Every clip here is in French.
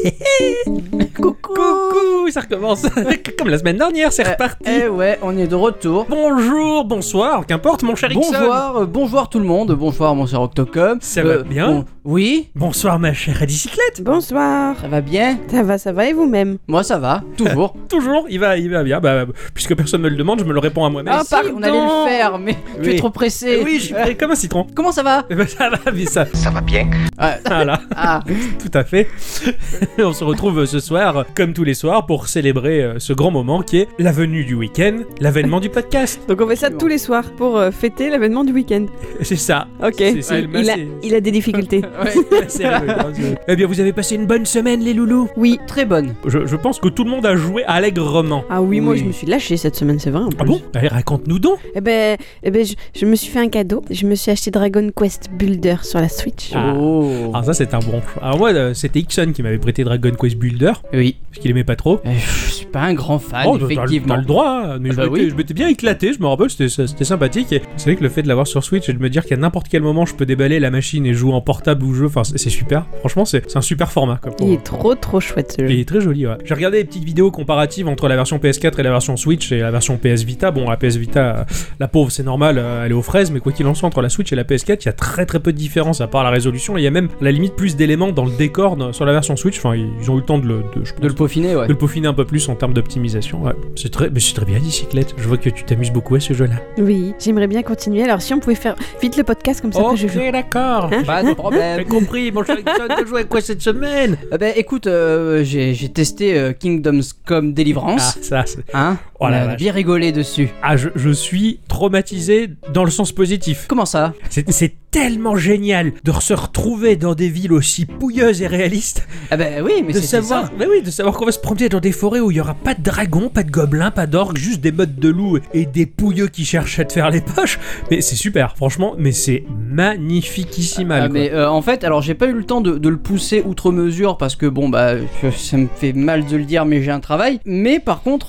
Coucou, ça recommence comme la semaine dernière, c'est reparti. Ouais, on est de retour. Bonjour, bonsoir, qu'importe mon cher Ixon. Bonjour tout le monde, bonsoir mon cher Octocom. Ça va bien Oui. Bonsoir ma chère Adicyclette. Bonsoir. Ça va bien? Ça va et vous-même? Moi ça va, toujours. Toujours, il va bien, puisque personne me le demande, je me le réponds à moi-même. Ah pardon, on allait le faire, mais tu es trop pressé. Oui, je suis prêt comme un citron. Comment ça va? Ça va, mais ça va bien. Voilà, tout à fait. On se retrouve ce soir, comme tous les soirs, pour célébrer ce grand moment qui est la venue du week-end, l'avènement du podcast. Donc on fait ça tous les soirs pour fêter l'avènement du week-end. C'est ça. Ok, il a des difficultés. Eh bien, vous avez passé une bonne semaine, les loulous? Oui. Très bonne. Je pense que tout le monde a joué allègrement. Ah oui, moi je me suis lâché cette semaine, c'est vrai en plus. Ah bon? Allez, raconte-nous donc. Eh ben, je me suis fait un cadeau. Je me suis acheté Dragon Quest Builder sur la Switch. Ah, ça c'est un bon choix. Alors moi, c'était Ixon qui m'avait prêté Dragon Quest Builder. Oui. Parce qu'il aimait pas trop. Je suis pas un grand fan, effectivement. T'as le droit, hein, mais je m'étais bien éclaté, je me rappelle, c'était sympathique. Et c'est vrai que le fait de l'avoir sur Switch et de me dire qu'à n'importe quel moment je peux déballer la machine et jouer en portable ou jeu, enfin c'est super. Franchement, c'est un super format. Quoi, il est trop chouette ce jeu. Il est très joli, ouais. J'ai regardé des petites vidéos comparatives entre la version PS4 et la version Switch et la version PS Vita. Bon, la PS Vita, la pauvre, c'est normal, elle est aux fraises, mais quoi qu'il en soit, entre la Switch et la PS4, il y a très peu de différence à part la résolution. Et il y a même, à la limite, plus d'éléments dans le décor sur la version Switch. Enfin, ils ont eu le temps de le peaufiner, ouais. De le peaufiner un peu plus en termes d'optimisation. Ouais. C'est très bien, Adicyclette. Je vois que tu t'amuses beaucoup à ce jeu-là. Oui, j'aimerais bien continuer. Alors, si on pouvait faire vite le podcast comme ça, après je joue. Ok, d'accord. Pas de problème. J'ai compris, mon cher Ixon, tu joues à quoi cette semaine? Écoute, j'ai testé Kingdoms Come Deliverance. Ah, ça, c'est... Hein? Oh on a bien rigolé dessus. Ah, je suis traumatisé dans le sens positif. Comment ça? C'est tellement génial de se retrouver dans des villes aussi pouilleuses et réalistes. Ah oui, mais c'est ça. De savoir qu'on va se promener dans des forêts où il y aura pas de dragons, pas de gobelins, pas d'orques, juste des meutes de loups et des pouilleux qui cherchent à te faire les poches. Mais c'est super, franchement, mais c'est magnifiquissime. Mais en fait, alors j'ai pas eu le temps de le pousser outre mesure parce que ça me fait mal de le dire, mais j'ai un travail. Mais par contre,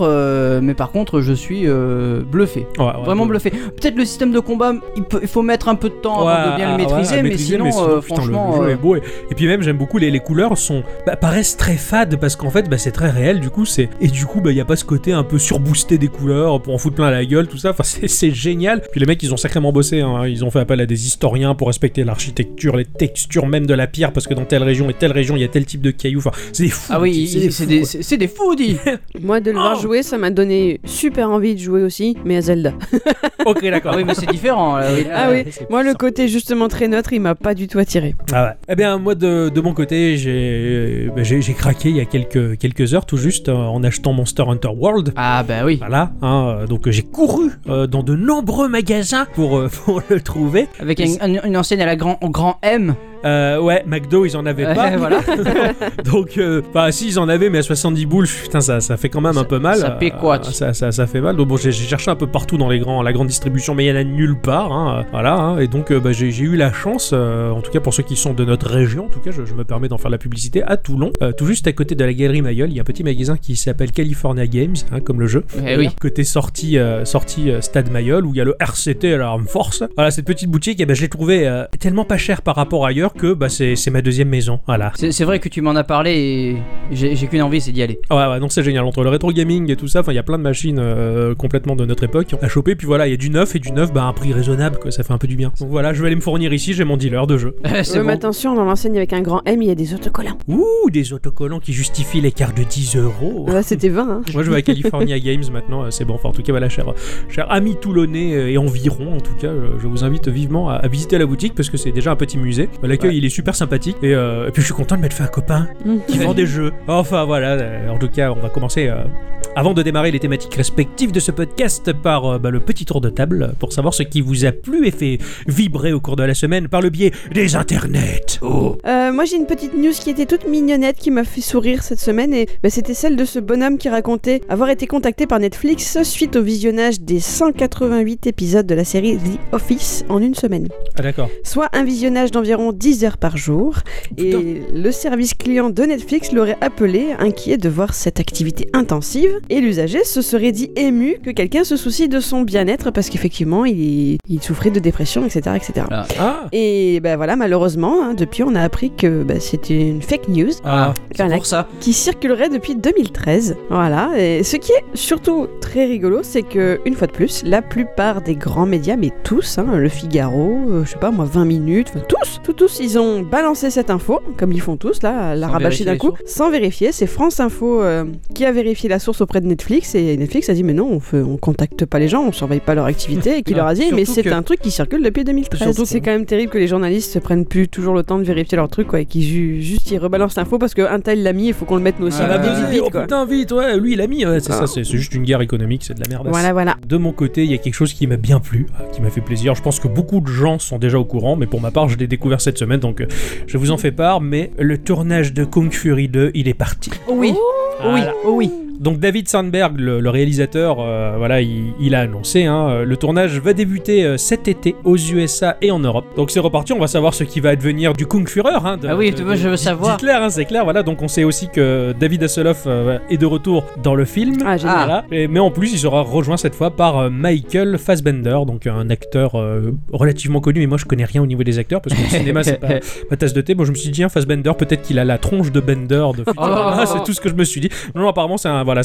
je suis bluffé. Ouais, vraiment bluffé. Peut-être le système de combat, il faut mettre un peu de temps avant de bien le maîtriser, mais sinon franchement, putain, le jeu est beau. Et puis même, j'aime beaucoup les couleurs paraissent très fades parce qu'en fait, c'est très réel. Du coup, il y a pas ce côté un peu surboosté des couleurs pour en foutre plein la gueule, tout ça. Enfin, c'est génial. Puis les mecs, ils ont sacrément bossé. Hein. Ils ont fait appel à des historiens pour respecter l'architecture, les textures même de la pierre, parce que dans telle région et telle région, il y a tel type de cailloux. Enfin, c'est des fous. Ah oui, c'est des fous, dis. Moi, de le voir jouer, ça m'a donné super envie de jouer aussi, mais à Zelda. Ok, d'accord. Ah oui, mais c'est différent. Oui. Moi, le côté justement très neutre, il m'a pas du tout attiré. Ah ouais. Eh bien, moi, de mon côté, j'ai craqué il y a quelques heures tout juste en achetant Monster Hunter World. Ah bah oui. Voilà. Donc j'ai couru dans de nombreux magasins pour le trouver. Avec une enseigne à la grand M. Ouais, McDo, ils en avaient pas. Voilà. Donc, si, ils en avaient, mais à 70 boules, putain, ça fait quand même un peu mal. Ça pécoite. Ça fait mal. Donc, bon, j'ai cherché un peu partout dans la grande distribution, mais il y en a nulle part. Hein, voilà. Hein, et donc, j'ai eu la chance, en tout cas pour ceux qui sont de notre région, en tout cas, je me permets d'en faire la publicité, à Toulon, tout juste à côté de la galerie Mayol, il y a un petit magasin qui s'appelle California Games, hein, comme le jeu. Oui. Côté sortie Stade Mayol, où il y a le RCT à la Arme Force. Voilà, cette petite boutique, je l'ai trouvée tellement pas chère par rapport ailleurs que c'est ma deuxième maison. Voilà. C'est vrai que tu m'en as parlé et j'ai qu'une envie, c'est d'y aller. Ouais, donc c'est génial. Entre le rétro gaming et tout ça, il y a plein de machines complètement de notre époque à choper. Puis voilà, il y a du neuf à un prix raisonnable, quoi. Ça fait un peu du bien. Donc voilà, je vais aller me fournir ici, j'ai mon dealer de jeu. C'est bon. Mais attention, dans l'enseigne avec un grand M, il y a des autocollants. Ouh, des autocollants qui justifient l'écart de 10€. Là, c'était 20. Hein. Moi, je vais à California Games maintenant, c'est bon. Enfin, en tout cas, voilà, cher ami toulonnais et environ, en tout cas, je vous invite vivement à visiter la boutique parce que c'est déjà un petit musée. L'accueil, il est super sympathique et puis je suis content de m'être fait un copain qui vend des jeux. Enfin, voilà, en tout cas, on va commencer avant de démarrer les thématiques respectives de ce podcast par le petit tour de table pour savoir ce qui vous a plu et fait vibrer au cours de la semaine par le biais des internets. Moi, j'ai une petite news qui était toute mignonnette qui m'a fait sourire cette semaine et c'était celle de ce bonhomme qui racontait avoir été contacté par Netflix suite au visionnage des 188 épisodes de la série The Office en une semaine. Ah d'accord. Soit un visionnage d'environ 10 heures par jour. Putain. Et le service client de Netflix l'aurait appelé, inquiet de voir cette activité intensive. Et l'usager se serait dit ému que quelqu'un se soucie de son bien-être parce qu'effectivement, il souffrait de dépression, etc. etc. Ah. Et ben voilà, malheureusement, hein, depuis, on a appris que c'était une fake news. C'est pour ça. Qui circulerait depuis 2013. Voilà. Et ce qui est surtout très rigolo, c'est que, une fois de plus, la plupart des grands médias, mais tous, hein, le Figaro, je sais pas moi, 20 minutes, tous, ils ont balancé cette info, comme ils font tous, là, la rabâcher d'un coup, sans vérifier. C'est France Info qui a vérifié la source auprès de Netflix, et Netflix a dit, mais non, on contacte pas les gens, on surveille pas leur activité, et qui leur a dit, mais c'est un truc qui circule depuis 2013. Surtout, c'est quand même terrible que les journalistes se prennent plus toujours le temps de vérifier leur truc, quoi, et qu'ils juste ils rebalancent l'info parce qu'un tel l'a mis, il faut qu'on le mette nous aussi. Vite, quoi. Putain, vite, ouais, lui il a mis, ouais, c'est ça, c'est juste une guerre économique, c'est de la merde. Voilà. De mon côté, il y a quelque chose qui m'a bien plu, qui m'a fait plaisir. Je pense que beaucoup de gens sont déjà au courant, mais pour ma part, je l'ai découvert cette semaine, donc je vous en fais part. Mais le tournage de Kung Fury 2, il est parti. Oui. Voilà. Oui. Donc David Sandberg, le réalisateur, voilà, il a annoncé, hein, le tournage va débuter cet été aux USA et en Europe. Donc c'est reparti, on va savoir ce qui va advenir du Kung Führer. Hein, je veux savoir. Hitler, hein, c'est clair, voilà. Donc on sait aussi que David Hasselhoff est de retour dans le film. Ah, génial. Voilà. Mais en plus, il sera rejoint cette fois par Michael Fassbender, donc un acteur relativement connu. Mais moi, je connais rien au niveau des acteurs parce que le cinéma, c'est pas ma tasse de thé. Moi, je me suis dit, Fassbender, peut-être qu'il a la tronche de Bender de Futurama. C'est tout ce que je me suis dit. Non, apparemment,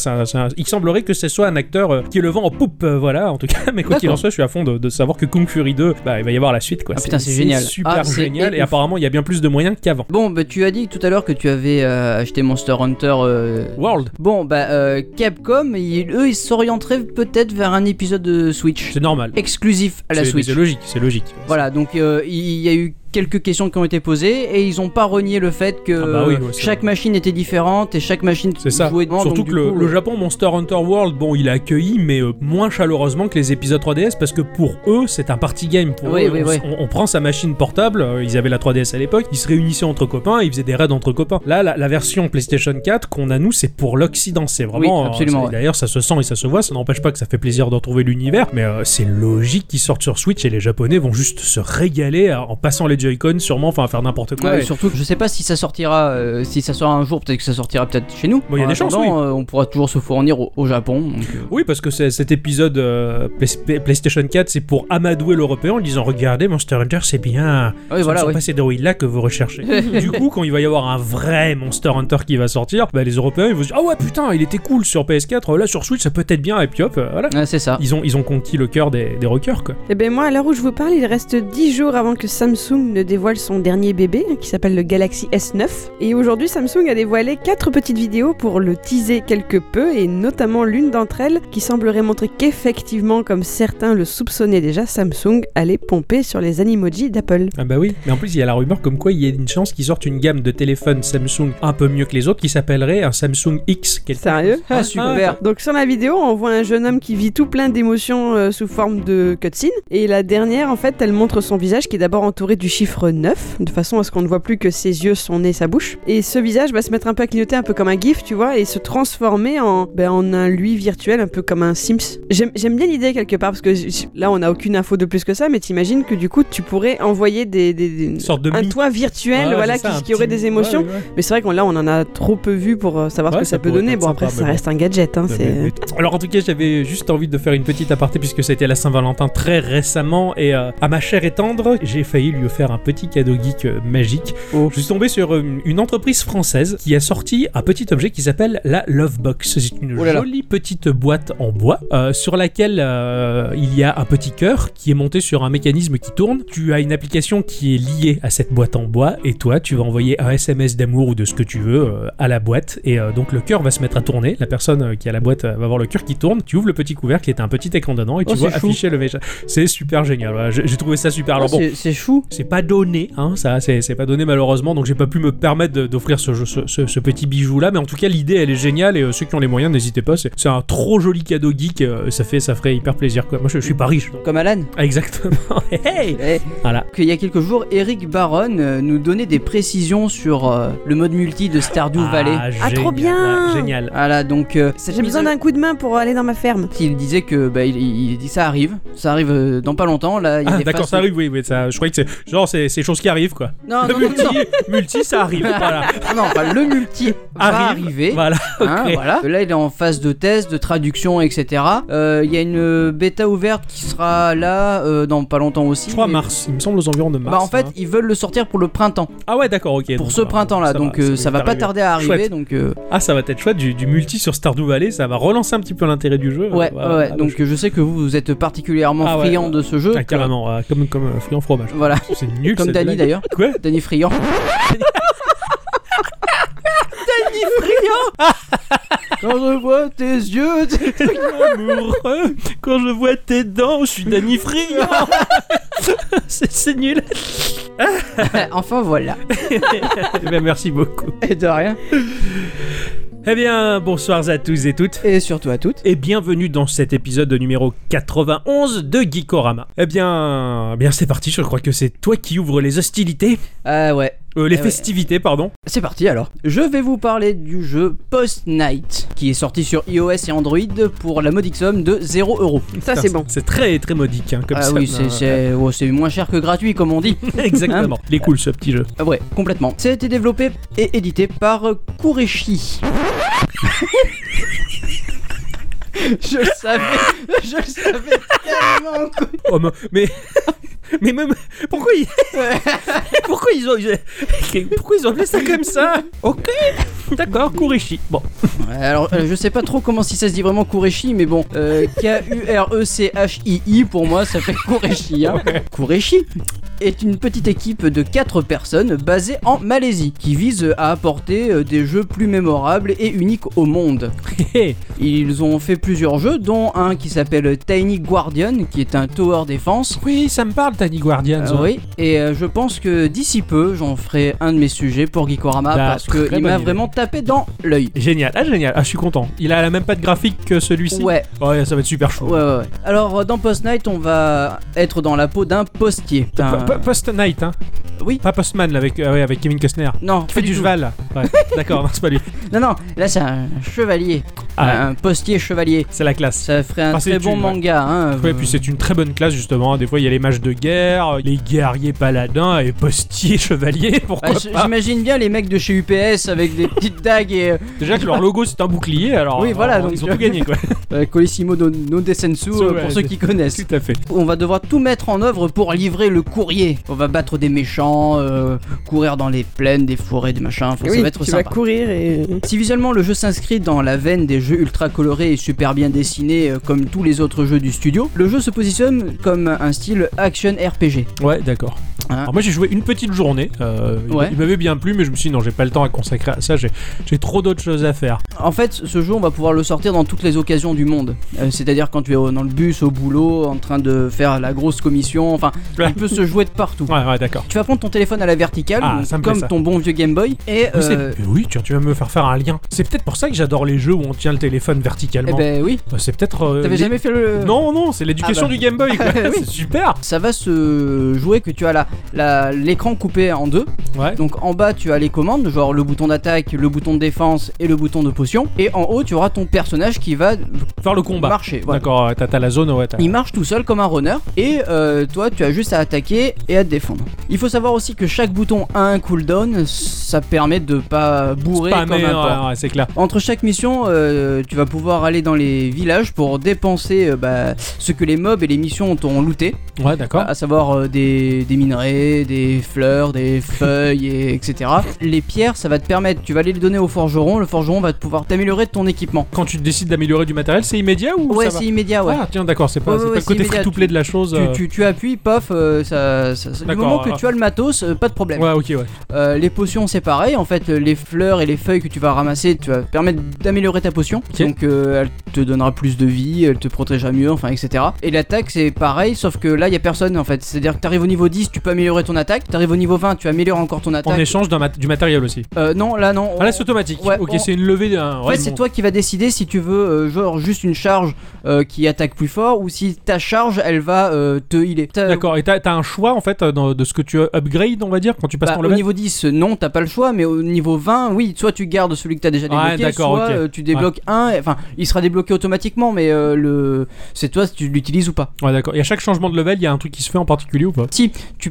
il semblerait que ce soit un acteur qui est le vent en poupe, voilà, en tout cas. Mais quoi qu'il en soit, je suis à fond de savoir que Kung Fury 2, il va y avoir la suite, quoi. Ah putain, c'est génial. Super génial. Et apparemment, il y a bien plus de moyens qu'avant. Bon, tu as dit tout à l'heure que tu avais acheté Monster Hunter World. Bon, Capcom, eux, ils s'orienteraient peut-être vers un épisode de Switch. C'est normal. Exclusif à la Switch. C'est logique. Voilà, donc il y a eu quelques questions qui ont été posées et ils ont pas renié le fait que chaque machine était différente et chaque machine jouait devant. Surtout que le Japon, Monster Hunter World, bon, il a accueilli, mais moins chaleureusement que les épisodes 3DS parce que pour eux, c'est un party game. Pour eux, on prend sa machine portable, ils avaient la 3DS à l'époque, ils se réunissaient entre copains et ils faisaient des raids entre copains. Là, la version PlayStation 4 qu'on a nous, c'est pour l'Occident, c'est vraiment. Oui, absolument. D'ailleurs, ça se sent et ça se voit, ça n'empêche pas que ça fait plaisir de retrouver l'univers, mais c'est logique qu'ils sortent sur Switch et les Japonais vont juste se régaler en passant les Joy-Con, sûrement, enfin faire n'importe quoi. Ouais, surtout, je sais pas si ça sortira, si ça sort un jour, peut-être que ça sortira peut-être chez nous. Bon, il y a des chances, oui. On pourra toujours se fournir au Japon. Donc, Oui, parce que cet épisode PlayStation 4, c'est pour amadouer l'Européen en disant regardez, Monster Hunter, c'est bien. Oui, voilà, pas ces droïdes-là que vous recherchez. Du coup, quand il va y avoir un vrai Monster Hunter qui va sortir, les Européens ils vont se dire ah ouais putain, il était cool sur PS4, là sur Switch ça peut être bien, et puis hop, voilà. Ouais, c'est ça. Ils ont conquis le cœur des rockers, quoi. Et ben moi, à l'heure où je vous parle, il reste 10 jours avant que Samsung ne dévoile son dernier bébé, qui s'appelle le Galaxy S9. Et aujourd'hui, Samsung a dévoilé 4 petites vidéos pour le teaser quelque peu, et notamment l'une d'entre elles qui semblerait montrer qu'effectivement, comme certains le soupçonnaient déjà, Samsung allait pomper sur les animojis d'Apple. Ah bah oui, mais en plus il y a la rumeur comme quoi il y a une chance qu'ils sortent une gamme de téléphones Samsung un peu mieux que les autres qui s'appellerait un Samsung X. Sérieux ? Ah, super. Donc sur la vidéo, on voit un jeune homme qui vit tout plein d'émotions sous forme de cutscene, et la dernière, en fait, elle montre son visage qui est d'abord entouré du chiffre 9, de façon à ce qu'on ne voit plus que ses yeux, son nez, sa bouche. Et ce visage va se mettre un peu à clignoter, un peu comme un gif, tu vois, et se transformer en un lui virtuel, un peu comme un Sims. J'aime bien l'idée quelque part, parce que là, on n'a aucune info de plus que ça, mais t'imagines que du coup, tu pourrais envoyer une sorte de un toit virtuel, voilà, qui aurait des émotions. Ouais. Mais c'est vrai qu'on en a trop peu vu pour savoir ce que ça peut donner. Bon, après, ça reste un gadget. Hein, Alors, en tout cas, j'avais juste envie de faire une petite aparté, puisque ça a été la Saint-Valentin très récemment, et à ma chère et tendre, j'ai failli lui offrir un petit cadeau geek magique. Je suis tombé sur une entreprise française qui a sorti un petit objet qui s'appelle la Lovebox. C'est une jolie petite boîte en bois sur laquelle il y a un petit cœur qui est monté sur un mécanisme qui tourne. Tu as une application qui est liée à cette boîte en bois et toi, tu vas envoyer un SMS d'amour ou de ce que tu veux à la boîte et donc le cœur va se mettre à tourner. La personne qui a la boîte va voir le cœur qui tourne. Tu ouvres le petit couvercle et t'as un petit écran dedans et tu vois afficher le message. C'est super génial. Voilà, j'ai trouvé ça super. Alors bon, c'est chou. C'est pas donné, hein, ça, c'est pas donné malheureusement, donc j'ai pas pu me permettre d'offrir ce petit bijou là, mais en tout cas l'idée elle est géniale et ceux qui ont les moyens n'hésitez pas, c'est un trop joli cadeau geek, ça ferait hyper plaisir quoi. Moi je suis pas riche. Donc. Comme Alan. Exactement. Hey. Voilà. Il y a quelques jours, Eric Baron nous donnait des précisions sur le mode multi de Stardew Valley. Ah trop bien. Ouais, génial. Voilà donc. J'ai besoin d'un coup de main pour aller dans ma ferme. Il disait que il dit ça arrive dans pas longtemps là. D'accord, ça arrive, oui, ça. Je croyais que c'est choses qui arrivent quoi. Non, le non, non. multi, ça arrive. Voilà. Non, enfin, le multi va arriver. Voilà. Hein, Okay. voilà. Là, il est en phase de test, de traduction, etc. Il y a une bêta ouverte qui sera là dans pas longtemps aussi. Je crois mars, il me semble aux environs de mars. Bah en fait, ils veulent le sortir pour le printemps. Ah ouais, d'accord, ok. Pour donc, ce printemps-là, donc ça va pas tarder à arriver. Donc, ah, ça va être chouette, du multi sur Stardew Valley, ça va relancer un petit peu l'intérêt du jeu. Ouais, donc je sais que vous êtes particulièrement friand de ce jeu. Ah, carrément, comme friand fromage. Voilà. C'est nul. Comme Dany d'ailleurs. Quoi Dany friand. Dany friand. Quand je vois tes yeux, amoureux, quand je vois tes dents, je suis Dany friand. c'est nul. Enfin voilà. Eh bien, merci beaucoup. Et de rien. Eh bien, bonsoir à tous et toutes. Et surtout à toutes. Et bienvenue dans cet épisode numéro 91 de Geekorama. Eh bien c'est parti, je crois que c'est toi qui ouvres les hostilités. Ah ouais. Les festivités, pardon. C'est parti alors. Je vais vous parler du jeu Post-Night, qui est sorti sur iOS et Android pour la modique somme de 0€. Ça, c'est bon. C'est très très modique, hein, comme ça. Ah oui, c'est moins cher que gratuit, comme on dit. Exactement. Il est cool ce petit jeu. Ouais, complètement. Ça a été développé et édité par Kureshi. Je le savais tellement. Oh, mais même pourquoi ils ont appelé ça comme ça? Ok, d'accord, Kureshi. Bon. Alors je sais pas trop comment si ça se dit vraiment Kureshi, mais bon, Kurechii pour moi ça fait Kureshi. Hein. Kureshi est une petite équipe de 4 personnes basée en Malaisie qui vise à apporter des jeux plus mémorables et uniques au monde. Ils ont fait plusieurs jeux, dont un qui s'appelle Tiny Guardian, qui est un tower defense. Oui, ça me parle Tiny Guardian. Oui, et je pense que d'ici peu, j'en ferai un de mes sujets pour Geekorama parce qu'il m'a vraiment tapé dans l'œil. Génial, génial. Ah, je suis content. Il a la même patte graphique que celui-ci. Ouais. Ouais, ça va être super chaud. Ouais. Alors, dans Post-Night, on va être dans la peau d'un postier. Post-Night, hein. Oui. Pas Postman avec Kevin Costner. Non. Qui fait du cheval là. Ouais. D'accord, non, c'est pas lui. Non, là c'est un chevalier. Un postier chevalier. C'est la classe. Ça ferait un très bon manga. Hein, ouais, puis c'est une très bonne classe justement. Des fois il y a les mages de guerre, les guerriers paladins et postiers chevaliers. Pourquoi pas. J'imagine bien les mecs de chez UPS avec des petites dagues et. Déjà que leur logo c'est un bouclier, alors. Oui, voilà. Donc ils ont tout gagné quoi. Colissimo no Desensu pour ceux qui connaissent. Tout à fait. On va devoir tout mettre en œuvre pour livrer le courrier. On va battre des méchants, courir dans les plaines, des forêts, des machins. Enfin, oui, ça va être tu sympa. vas courir et. Si visuellement le jeu s'inscrit dans la veine des jeux ultra colorés et super bien dessinés comme tous les autres jeux du studio, le jeu se positionne comme un style action RPG. Ouais, d'accord. Alors moi j'ai joué une petite journée, il m'avait bien plu, mais je me suis dit non, j'ai pas le temps à consacrer à ça, j'ai trop d'autres choses à faire. En fait, ce jeu on va pouvoir le sortir dans toutes les occasions du monde, c'est-à-dire quand tu es dans le bus, au boulot, en train de faire la grosse commission, enfin il peut se jouer de partout. Ouais, d'accord. Tu vas prendre ton téléphone à la verticale, comme ton bon vieux Game Boy, et oui, tu vas me faire un lien. C'est peut-être pour ça que j'adore les jeux où on tient le téléphone verticalement. Eh ben oui. C'est peut-être. T'avais jamais fait le. Non, c'est l'éducation du Game Boy quoi. Oui. C'est super. Ça va se jouer que tu as l'écran coupé en deux. Ouais. Donc en bas tu as les commandes, genre le bouton d'attaque, le bouton de défense et le bouton de potion. Et en haut tu auras ton personnage qui va faire le combat. Marcher. Voilà. D'accord, t'as la zone. Ouais, il marche tout seul comme un runner. Et toi tu as juste à attaquer et à te défendre. Il faut savoir aussi que chaque bouton a un cooldown. Ça permet de pas bourrer comme un porc. Ouais, c'est clair. Entre chaque mission, tu vas pouvoir aller dans les villages pour dépenser ce que les mobs et les missions t'auront looté. Ouais, d'accord. À savoir des minerais, des fleurs, des feuilles, etc. Les pierres, ça va te permettre, tu vas aller les donner au forgeron. Le forgeron va pouvoir t'améliorer ton équipement. Quand tu décides d'améliorer du matériel, c'est immédiat ou ouais, ça c'est immédiat, ouais. Ah, tiens, d'accord, c'est pas le côté free-to-play de la chose. Tu appuies, paf, du moment que tu as le matos, pas de problème. Ouais, ok, ouais. Les potions, c'est pareil. En fait, les fleurs et les feuilles que tu vas ramasser, tu vas permettre d'améliorer ta potion. Okay. Donc, elle te donnera plus de vie, elle te protégera mieux, enfin, etc. Et l'attaque, c'est pareil, sauf que là, il y a personne, en fait. C'est-à-dire que t'arrives au niveau 10, tu peux améliorer ton attaque. T'arrives au niveau 20, tu améliores encore ton attaque. En échange du matériel aussi. Non, là, non. Ah, là, c'est automatique. Ouais, ok, c'est une levée d'un. En fait, c'est toi qui vas décider si tu veux, genre, juste une charge qui attaque plus fort ou si ta charge, elle va te healer. D'accord, et t'as un choix, en fait, de ce que tu upgrade, on va dire, quand tu passes ton level. Au niveau 10, non, t'as pas le choix, mais au niveau 20, oui, soit tu gardes celui que t'as déjà débloqué, soit tu débloques un, enfin, il sera débloqué automatiquement, mais c'est toi si tu l'utilises ou pas. Ouais, d'accord. Et à chaque changement de level, il y a un truc qui se fait en particulier ou pas? Si, tu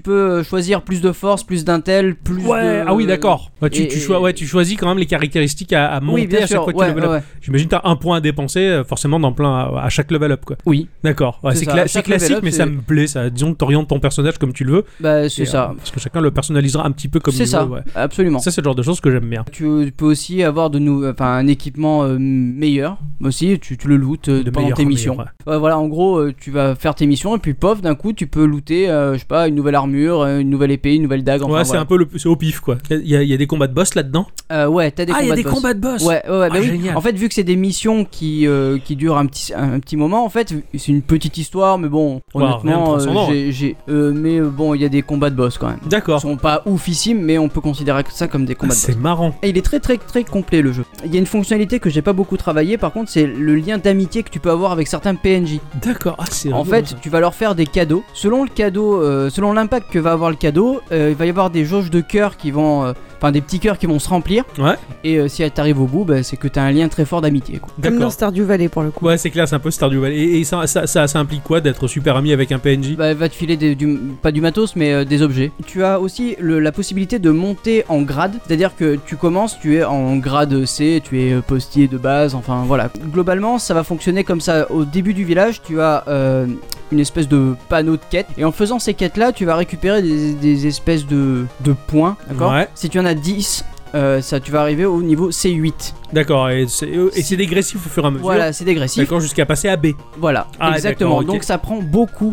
peux choisir plus de force, plus d'intel, plus de... Ah oui, d'accord. Tu choisis quand même les caractéristiques à monter à chaque fois que tu level up. J'imagine que t'as un point à dépenser forcément à chaque level up, quoi. Oui. D'accord. C'est classique, mais ça me plaît, ça. Disons que t'orientes ton personnage comme tu le veux. Bah, c'est ça. Parce que chacun le personnalisera un petit peu comme il veut. C'est ça, absolument. Ça, c'est le genre de choses que j'aime bien. Tu peux aussi avoir un équipement meilleur aussi, tu le lootes pendant tes missions. Voilà, en gros, tu vas faire tes missions et puis pof, d'un coup, tu peux looter, je sais pas, une nouvelle armure, une nouvelle épée, une nouvelle dague. C'est un peu c'est au pif, quoi. Il y a des combats de boss là-dedans. Ouais, t'as des combats de boss. Ah, il y a des combats de boss. Ouais, bah génial. Oui. En fait, vu que c'est des missions qui durent un petit moment, en fait, c'est une petite histoire, mais bon, honnêtement, il y a des combats de boss quand même. D'accord. Ils sont pas oufissimes, mais on peut considérer ça comme des combats de boss. C'est marrant. Et il est très très très complet le jeu. Il y a une fonctionnalité que j'ai pas beaucoup travaillé, par contre, c'est le lien d'amitié que tu peux avoir avec certains PNJ. D'accord. C'est en fait, tu vas leur faire des cadeaux. Selon le cadeau, selon l'impact que va avoir le cadeau, il va y avoir des jauges de cœur qui vont... des petits cœurs qui vont se remplir. Ouais. Et si elle t'arrive au bout, c'est que t'as un lien très fort d'amitié, quoi. Comme dans Stardew Valley pour le coup. Ouais, c'est clair, c'est un peu Stardew Valley. Et ça implique quoi d'être super ami avec un PNJ? Elle va te filer pas du matos, mais des objets. Tu as aussi la possibilité de monter en grade. C'est-à-dire que tu commences, tu es en grade C, tu es postier de base, enfin voilà. Globalement, ça va fonctionner comme ça. Au début du village, tu as une espèce de panneau de quête. Et en faisant ces quêtes-là, tu vas récupérer des espèces de points, d'accord? Ouais. Si tu en as 10, tu vas arriver au niveau C8. D'accord, et c'est dégressif au fur et à mesure. Voilà, c'est dégressif. D'accord, jusqu'à passer à B. Voilà, exactement. Okay. Donc ça prend beaucoup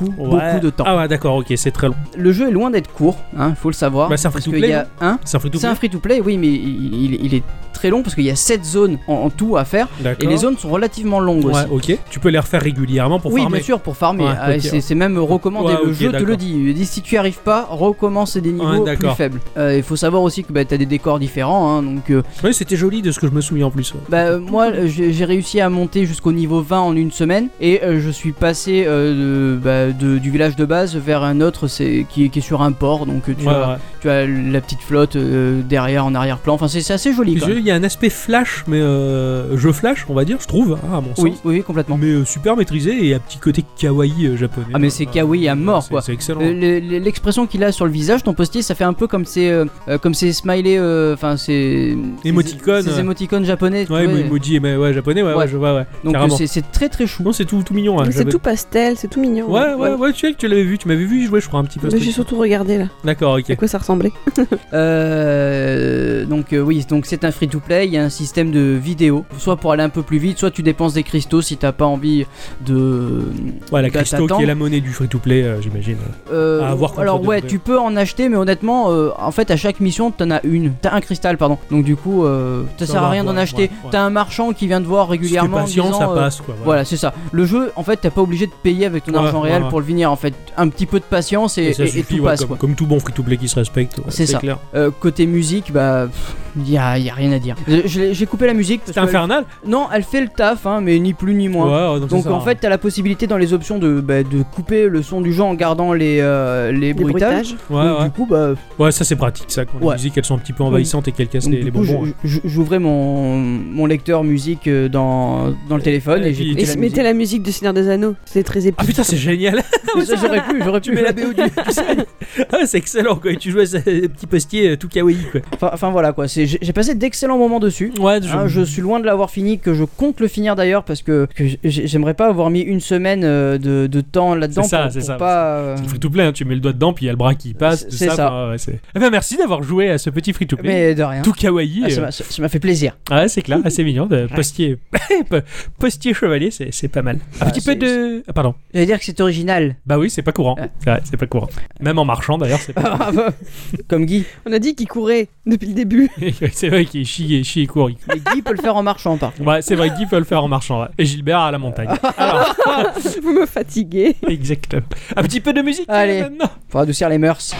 de temps. Ah ouais, d'accord, ok, c'est très long. Le jeu est loin d'être court, faut le savoir. C'est un free-to-play. C'est un free-to-play, oui, mais il est très long parce qu'il y a 7 zones en tout à faire. D'accord. Et les zones sont relativement longues aussi. Ok. Tu peux les refaire régulièrement pour farmer. Oui, bien sûr, pour farmer. C'est même recommandé. Le jeu te le dit. Il dit si tu n'y arrives pas, recommence des niveaux plus faibles. Il faut savoir aussi que tu as des décors différents. Donc, oui, c'était joli de ce que je me souviens en plus. Moi, j'ai réussi à monter jusqu'au niveau 20 en une semaine et je suis passé du village de base vers un autre qui est sur un port. Donc tu as la petite flotte derrière en arrière-plan. Enfin, c'est assez joli. Il y a un aspect flash, mais jeu flash, on va dire, je trouve, à mon sens. Oui, complètement. Mais super maîtrisé et un petit côté kawaii japonais. Ah, mais c'est kawaii à mort, quoi. C'est excellent. L'expression qu'il a sur le visage, ton postier, ça fait un peu comme ces smileys, ces émoticônes. Ces émoticônes japonais. Ouais, emoji japonais, je vois, donc c'est très très chou. Non, c'est tout mignon. C'est tout pastel, c'est tout mignon. Ouais, tu sais que tu l'avais vu, tu m'avais vu y jouer, je crois, un petit peu. Mais j'ai surtout regardé là. D'accord, ok. À quoi ça ressemblait? Donc c'est un free-to-play, il y a un système de vidéo, soit pour aller un peu plus vite, soit tu dépenses des cristaux si t'as pas envie de... la cristaux qui est la monnaie du free-to-play, j'imagine. À avoir alors tu peux en acheter, mais honnêtement, en fait à chaque mission t'as un cristal, pardon. Donc du coup, ça sert à rien d'en acheter. T'as un marchand qui vient te voir régulièrement. Si t'es patient, ça passe, quoi. Voilà, c'est ça. Le jeu, en fait, t'es pas obligé de payer avec ton argent réel pour le finir. En fait, un petit peu de patience et tout passe, quoi. Comme tout bon free-to-play qui se respecte. C'est ça. Clair. Côté musique, y a rien à dire. J'ai coupé la musique. C'est infernal. Non, elle fait le taf, mais ni plus ni moins. Donc en fait, t'as la possibilité dans les options de couper le son du jeu en gardant les bruitages. Du coup, ça c'est pratique, ça. Quand les musiques elles sont un petit peu envahissantes et qu'elles cassent les bonbons. J'ouvrais mon lecteur musique dans le téléphone et j'ai mettez la musique de Seigneur des Anneaux. C'est très épique. Ah putain, c'est génial. J'aurais pu. Tu mets la BO du c'est excellent, quoi. Et tu joues à ce petit postier tout kawaii, quoi. Enfin voilà, quoi. J'ai passé d'excellents moments dessus. Je suis loin de l'avoir fini, que je compte le finir d'ailleurs parce que j'aimerais pas avoir mis une semaine de temps là-dedans. C'est ça. C'est free-to-play, tu mets le doigt dedans puis il y a le bras qui passe. C'est ça. Merci d'avoir joué à ce petit free-to-play. Mais de rien. Tout kawaii. Ça m'a fait plaisir. C'est clair, assez mignon. Postier chevalier, c'est pas mal. Un petit peu de. Pardon. J'allais dire que c'est original. Bah oui, c'est pas courant. C'est pas courant. Même en marchant d'ailleurs, c'est pas Comme Guy. On a dit qu'il courait depuis le début. C'est vrai qu'il chie et court. Mais Guy peut le faire en marchant, par contre. Ouais, c'est vrai, Guy peut le faire en marchant. Et Gilbert à la montagne. Alors. Vous me fatiguez. Exactement. Un petit peu de musique. Allez. Pour adoucir les mœurs.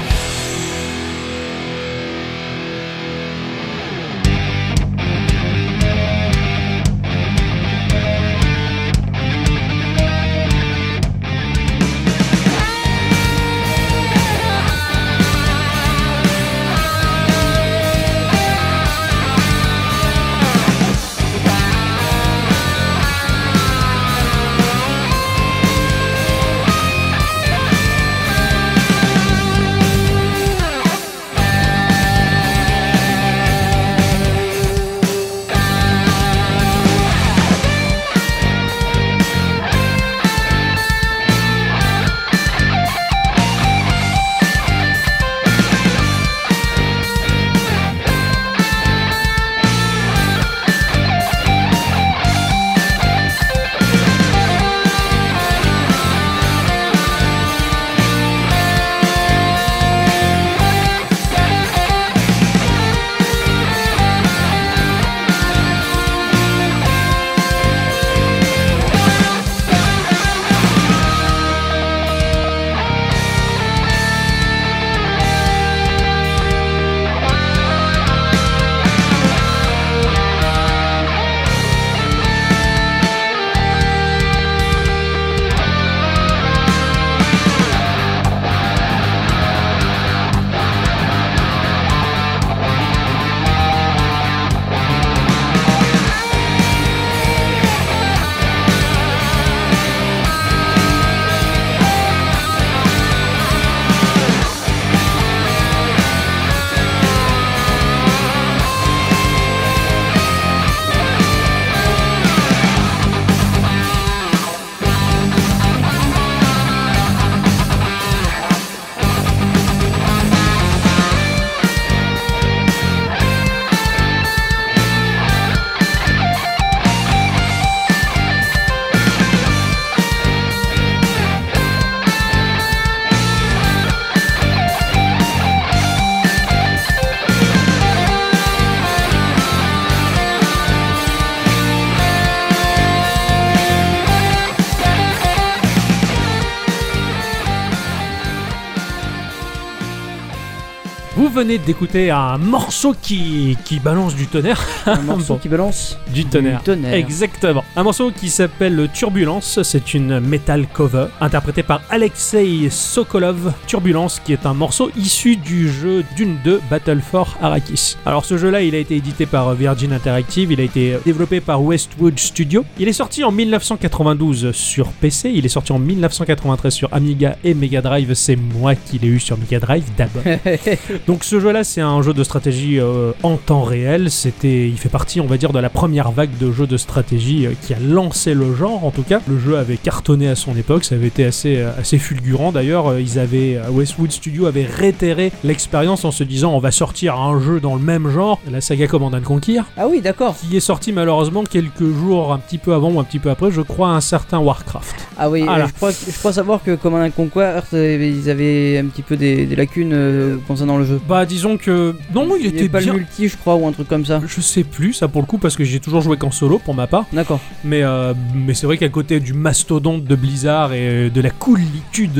venez d'écouter un morceau qui balance du tonnerre. Un morceau qui balance du tonnerre. Exactement. Un morceau qui s'appelle Turbulence. C'est une metal cover interprétée par Alexei Sokolov. Turbulence, qui est un morceau issu du jeu Dune 2 Battle for Arrakis. Alors ce jeu-là, il a été édité par Virgin Interactive. Il a été développé par Westwood Studio. Il est sorti en 1992 sur PC. Il est sorti en 1993 sur Amiga et Mega Drive. C'est moi qui l'ai eu sur Mega Drive d'abord. Donc ce jeu-là, c'est un jeu de stratégie en temps réel. Il fait partie, on va dire, de la première vague de jeux de stratégie qui a lancé le genre. En tout cas, le jeu avait cartonné à son époque. Ça avait été assez fulgurant. D'ailleurs, Westwood Studio avait réitéré l'expérience en se disant on va sortir un jeu dans le même genre, la saga Command & Conquer. Ah oui, d'accord. Qui est sorti malheureusement quelques jours, un petit peu avant ou un petit peu après, je crois, un certain Warcraft. Ah oui, voilà. Je crois savoir que Command & Conquer, ils avaient un petit peu des lacunes concernant le jeu. Bah disons que non, il était pas bien. Le multi, je crois, ou un truc comme ça. Je sais plus ça pour le coup parce que j'ai toujours joué qu'en solo pour ma part. D'accord. Mais c'est vrai qu'à côté du mastodonte de Blizzard et de la coolitude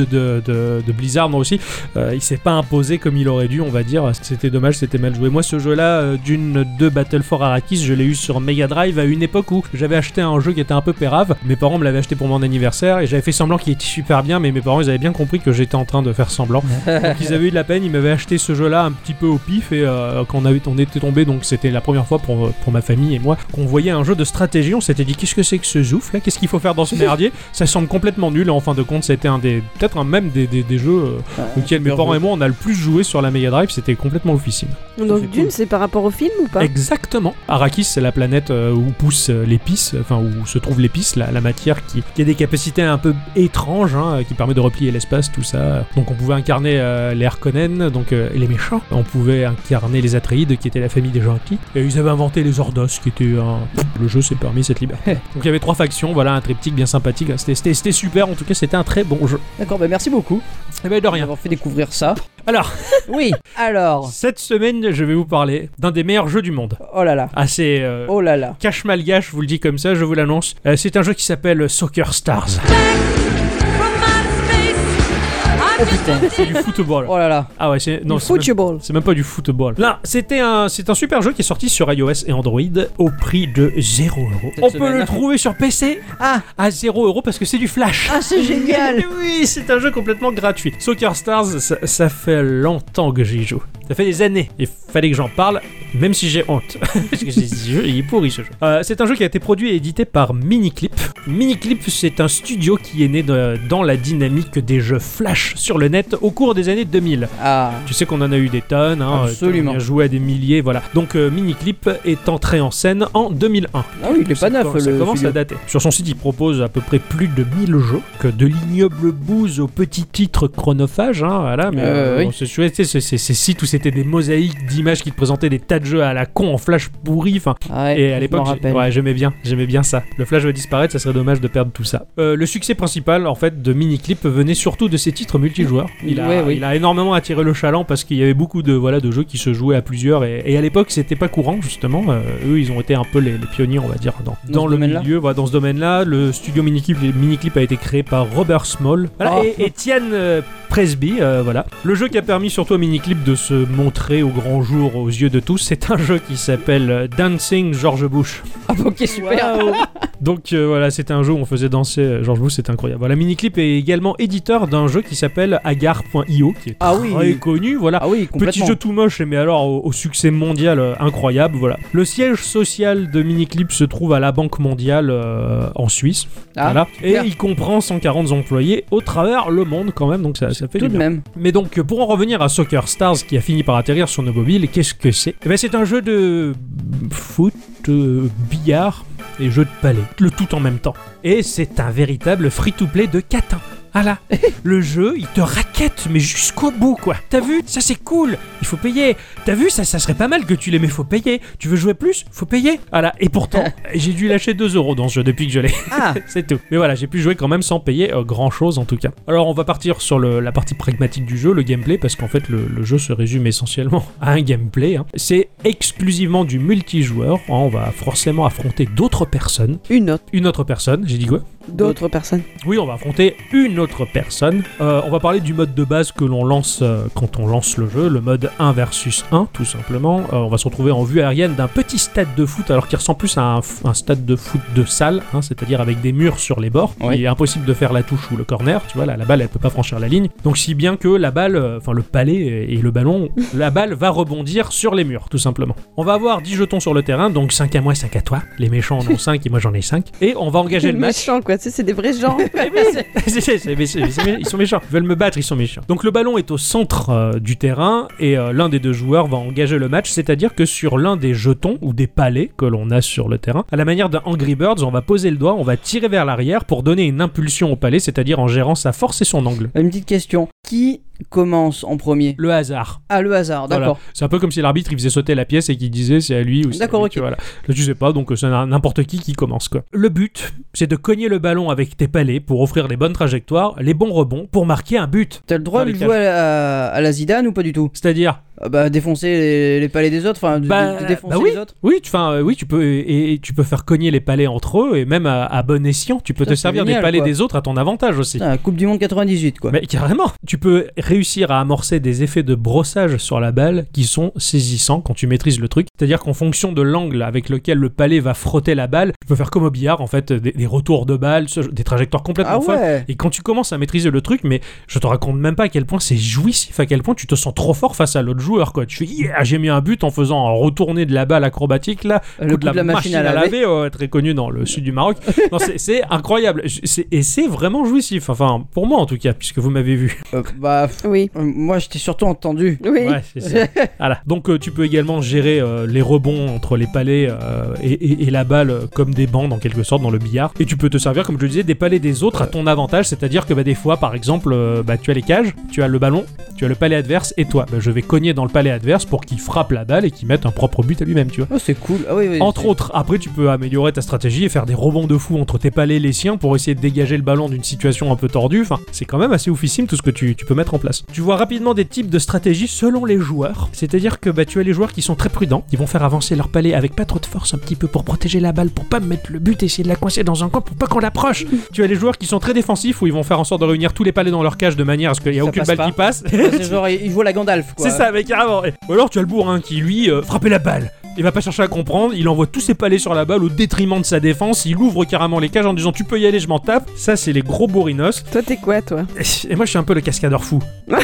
de Blizzard moi aussi, il s'est pas imposé comme il aurait dû, on va dire. C'était dommage, c'était mal joué. Moi ce jeu-là, Dune 2 Battle for Arrakis, je l'ai eu sur Mega Drive à une époque où j'avais acheté un jeu qui était un peu pérave. Mes parents me l'avaient acheté pour mon anniversaire et j'avais fait semblant qu'il était super bien, mais mes parents ils avaient bien compris que j'étais en train de faire semblant. Donc ils avaient eu de la peine, ils m'avaient acheté ce jeu-là un petit peu au pif et quand on était tombé, donc c'était la première fois pour ma famille et moi qu'on voyait un jeu de stratégie. On s'était dit qu'est-ce que c'est que ce zouf là, qu'est-ce qu'il faut faire dans ce merdier. Ça semble complètement nul et en fin de compte c'était peut-être même des jeux auxquels mes parents et moi on a le plus joué sur la Mega Drive. C'était complètement oufissime. Donc Dune, c'est par rapport au film ou pas? Exactement. Arrakis, c'est la planète où pousse l'épice, enfin où se trouve l'épice, la matière qui a des capacités un peu étranges, qui permet de replier l'espace, tout ça. Donc on pouvait incarner les Harkonnen, donc les méchants. On pouvait incarner les Atreides, qui étaient la famille des gentils. Et ils avaient inventé les Ordos, qui étaient le jeu s'est permis cette liberté. Donc il y avait 3 factions, voilà, un triptyque bien sympathique. C'était super, en tout cas c'était un très bon jeu. D'accord, bah merci beaucoup. Et ben de rien. D'avoir fait découvrir ça. Alors, oui, alors. Cette semaine, je vais vous parler d'un des meilleurs jeux du monde. Oh là là. Assez. Oh là là. Cache malgache, je vous le dis comme ça, je vous l'annonce. C'est un jeu qui s'appelle Soccer Stars. Oh putain. C'est du football. Oh là là. Ah ouais, c'est c'est même pas du football. Là, c'est un super jeu qui est sorti sur iOS et Android au prix de 0€. On peut le trouver sur PC à 0€ parce que c'est du Flash. Ah, c'est génial. Oui, c'est un jeu complètement gratuit. Soccer Stars, ça fait longtemps que j'y joue. Ça fait des années. Il fallait que j'en parle, même si j'ai honte. Parce que il est pourri ce jeu. C'est un jeu qui a été produit et édité par Miniclip. Miniclip, c'est un studio qui est né dans la dynamique des jeux Flash sur le net au cours des années 2000. Ah. Tu sais qu'on en a eu des tonnes. Absolument. On a joué à des milliers, voilà. Donc Miniclip est entré en scène en 2001. Ah oui, il est pas neuf. Ça commence à dater. Sur son site, il propose à peu près plus de 1000 jeux, que de l'ignoble bouse au petit titre chronophage. Voilà, mais oui. Ces sites où c'était des mosaïques d'images qui te présentaient des tas de jeux à la con en Flash pourri. Et à l'époque, j'aimais bien ça. Le Flash va disparaître, ça serait dommage de perdre tout ça. Le succès principal, en fait, de Miniclip venait surtout de ses titres multijoueurs. Il a énormément attiré le chaland parce qu'il y avait beaucoup de jeux qui se jouaient à plusieurs et à l'époque c'était pas courant justement. Eux ils ont été un peu les pionniers, on va dire, dans le milieu, voilà, dans ce domaine-là. Le studio Miniclip a été créé par Robert Small et Etienne Presby, voilà. Le jeu qui a permis surtout à Miniclip de se montrer au grand jour aux yeux de tous, c'est un jeu qui s'appelle Dancing George Bush. Ah ok, super. Wow. Donc voilà, c'était un jeu où on faisait danser George Bush, c'était incroyable. Voilà, Miniclip est également éditeur d'un jeu qui s'appelle Agar.io, qui est très connu, voilà. Ah oui, complètement. Petit jeu tout moche, mais alors au succès mondial incroyable, voilà. Le siège social de Miniclip se trouve à la Banque mondiale en Suisse, voilà. Et il comprend 140 employés au travers le monde quand même, donc ça fait tout du bien. De même. Mais donc pour en revenir à Soccer Stars qui a fini par atterrir sur nos mobiles, qu'est-ce que c'est ? Eh ben, c'est un jeu de foot, billard et jeu de palais, le tout en même temps. Et c'est un véritable free-to-play de catin. Voilà, le jeu, il te raquette, mais jusqu'au bout, quoi. T'as vu ? Ça, c'est cool. Il faut payer. T'as vu ? Ça serait pas mal que tu l'aies, mais faut payer. Tu veux jouer plus ? Faut payer. Voilà. Et pourtant, j'ai dû lâcher 2€ dans ce jeu depuis que je l'ai. C'est tout. Mais voilà, j'ai pu jouer quand même sans payer grand-chose, en tout cas. Alors, on va partir sur la partie pragmatique du jeu, le gameplay, parce qu'en fait, le jeu se résume essentiellement à un gameplay. C'est exclusivement du multijoueur. On va forcément affronter d'autres personnes. Une autre personne, j'ai dit quoi ? d'autres personnes. Oui, on va affronter une autre personne. On va parler du mode de base que l'on lance quand on lance le jeu, le mode 1 versus 1, tout simplement. On va se retrouver en vue aérienne d'un petit stade de foot, alors qu'il ressemble plus à un stade de foot de salle, c'est-à-dire avec des murs sur les bords. Il est impossible de faire la touche ou le corner, tu vois, la balle elle peut pas franchir la ligne. Donc si bien que la balle, le palais et le ballon, la balle va rebondir sur les murs, tout simplement. On va avoir 10 jetons sur le terrain, donc 5 à moi, 5 à toi. Les méchants en ont 5 et moi j'en ai 5. Et on va engager le match. Méchants quoi, tu sais, c'est des vrais gens. Ils sont méchants. Ils veulent me battre, ils sont méchants. Donc le ballon est au centre du terrain et l'un des deux joueurs va engager le match, c'est-à-dire que sur l'un des jetons ou des palets que l'on a sur le terrain, à la manière d'un Angry Birds, on va poser le doigt, on va tirer vers l'arrière pour donner une impulsion au palais, c'est-à-dire en gérant sa force et son angle. Une petite question. Qui commence en premier? Le hasard. Ah, le hasard, d'accord. Voilà. C'est un peu comme si l'arbitre il faisait sauter la pièce et qu'il disait c'est à lui ou c'est d'accord, à lui, ok. tu vois, là tu sais pas, donc c'est n'importe qui commence quoi. Le but, c'est de cogner le ballon avec tes palets pour offrir les bonnes trajectoires, les bons rebonds pour marquer un but. T'as le droit de jouer à la Zidane ou pas du tout? C'est-à-dire défoncer les palais des autres, enfin défoncer oui. les autres. Oui, tu peux et tu peux faire cogner les palais entre eux et même à bon escient, tu peux te servir génial, des palais quoi. Des autres à ton avantage aussi. La Coupe du Monde 98 quoi. Mais carrément, tu peux réussir à amorcer des effets de brossage sur la balle qui sont saisissants quand tu maîtrises le truc. C'est-à-dire qu'en fonction de l'angle avec lequel le palais va frotter la balle, tu peux faire comme au billard en fait, des retours de balle, des trajectoires complètement folles. Et quand tu commences à maîtriser le truc, mais je te raconte même pas à quel point c'est jouissif, à quel point tu te sens trop fort face à l'autre joueur quoi. Tu fais yeah, j'ai mis un but en faisant un retourné de la balle acrobatique là, le coup de la machine à laver, très connu dans le sud du Maroc. Non, c'est incroyable et c'est vraiment jouissif. Enfin pour moi en tout cas, puisque vous m'avez vu. Oui. Moi je t'ai surtout entendu. Oui. Ouais, c'est ça. Voilà. Donc tu peux également gérer les rebonds entre les palets et la balle comme des bandes en quelque sorte dans le billard. Et tu peux te servir, comme je le disais, des palets des autres à ton avantage. C'est-à-dire que des fois, par exemple, tu as les cages, tu as le ballon, tu as le palais adverse et toi. Je vais cogner dans le palais adverse pour qu'il frappe la balle et qu'il mette un propre but à lui-même, tu vois. Oh, c'est cool. Ah, oui, entre autres, après tu peux améliorer ta stratégie et faire des rebonds de fou entre tes palais et les siens pour essayer de dégager le ballon d'une situation un peu tordue. Enfin, c'est quand même assez oufissime tout ce que tu peux mettre en place. Tu vois rapidement des types de stratégies selon les joueurs. C'est-à-dire que tu as les joueurs qui sont très prudents, ils vont faire avancer leur palais avec pas trop de force un petit peu pour protéger la balle, pour pas mettre le but, essayer de la coincer dans un coin pour pas qu'on l'approche. Tu as les joueurs qui sont très défensifs où ils vont faire en sorte de réunir tous les palais dans leur cage de manière à ce qu'il y ait aucune balle qui passe. C'est genre ils jouent la Gandalf quoi. C'est ça, mais carrément. Ou alors tu as le bourrin qui lui frappait la balle. Il va pas chercher à comprendre, il envoie tous ses palais sur la balle au détriment de sa défense, il ouvre carrément les cages en disant tu peux y aller, je m'en tape. Ça c'est les gros bourrinos. Toi t'es quoi toi? Et moi je suis un peu le cascadeur fou.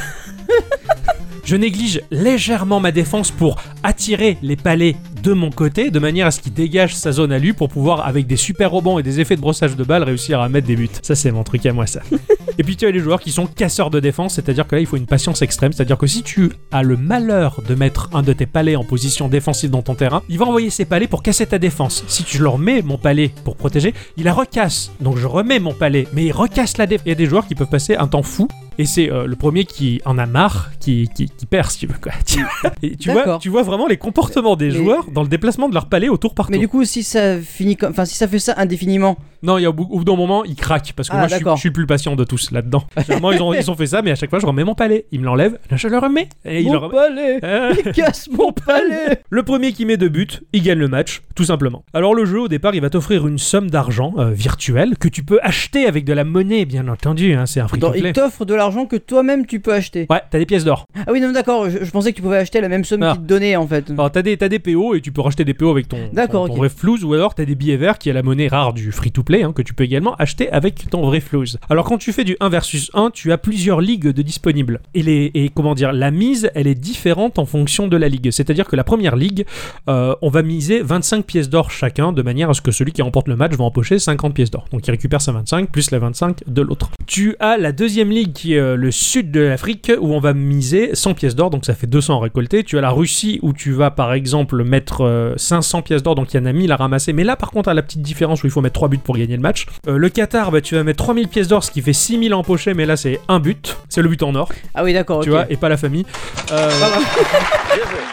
Je néglige légèrement ma défense pour attirer les palais de mon côté, de manière à ce qu'il dégage sa zone à lui pour pouvoir, avec des super rebonds et des effets de brossage de balles, réussir à mettre des buts. Ça, c'est mon truc à moi, ça. Et puis, tu as les joueurs qui sont casseurs de défense, c'est-à-dire que là, il faut une patience extrême. C'est-à-dire que si tu as le malheur de mettre un de tes palais en position défensive dans ton terrain, il va envoyer ses palais pour casser ta défense. Si tu leur mets mon palais pour protéger, il la recasse. Donc, je remets mon palais, mais il recasse la défense. Il y a des joueurs qui peuvent passer un temps fou. Et c'est le premier qui en a marre qui perd, si tu veux, quoi. Et tu vois vraiment les comportements des joueurs dans le déplacement de leur palais au tour par tour. Mais du coup, si ça finit comme, enfin, si ça fait ça indéfiniment. Non, il y a au bout d'un moment, ils craquent parce que moi, je suis le plus patient de tous là-dedans. Généralement, ils ont fait ça, mais à chaque fois, je remets mon palais. Ils me l'enlèvent, là, je le remets. Et mon palais, il casse mon palais. Le premier qui met 2 buts, il gagne le match, tout simplement. Alors le jeu, au départ, il va t'offrir une somme d'argent virtuelle que tu peux acheter avec de la monnaie, bien entendu. Hein, c'est un free-to-play. Il t'offre de l'argent que toi-même tu peux acheter. Ouais, t'as des pièces d'or. Ah oui, non, d'accord. Je pensais que tu pouvais acheter la même somme qu'il te donnait en fait. Alors t'as des PO et tu peux racheter des PO avec ton vrai flouze, ou alors t'as des billets verts qui est la monnaie rare du free-to-play que tu peux également acheter avec ton vrai flouze. Alors quand tu fais du 1 versus 1, tu as plusieurs ligues de disponibles. Et comment dire, la mise, elle est différente en fonction de la ligue. C'est-à-dire que la première ligue, on va miser 25 pièces d'or chacun, de manière à ce que celui qui remporte le match va empocher 50 pièces d'or. Donc il récupère sa 25 plus la 25 de l'autre. Tu as la deuxième ligue qui est le sud de l'Afrique où on va miser 100 pièces d'or, donc ça fait 200 à récolter. Tu as la Russie où tu vas par exemple mettre 500 pièces d'or, donc il y en a 1000 à ramasser. Mais là par contre, à la petite différence où il faut mettre 3 buts pour gagner le match. Le Qatar, tu vas mettre 3000 pièces d'or, ce qui fait 6000 à empocher, mais là c'est un but. C'est le but en or. Ah oui, d'accord. Tu vois, et pas la famille.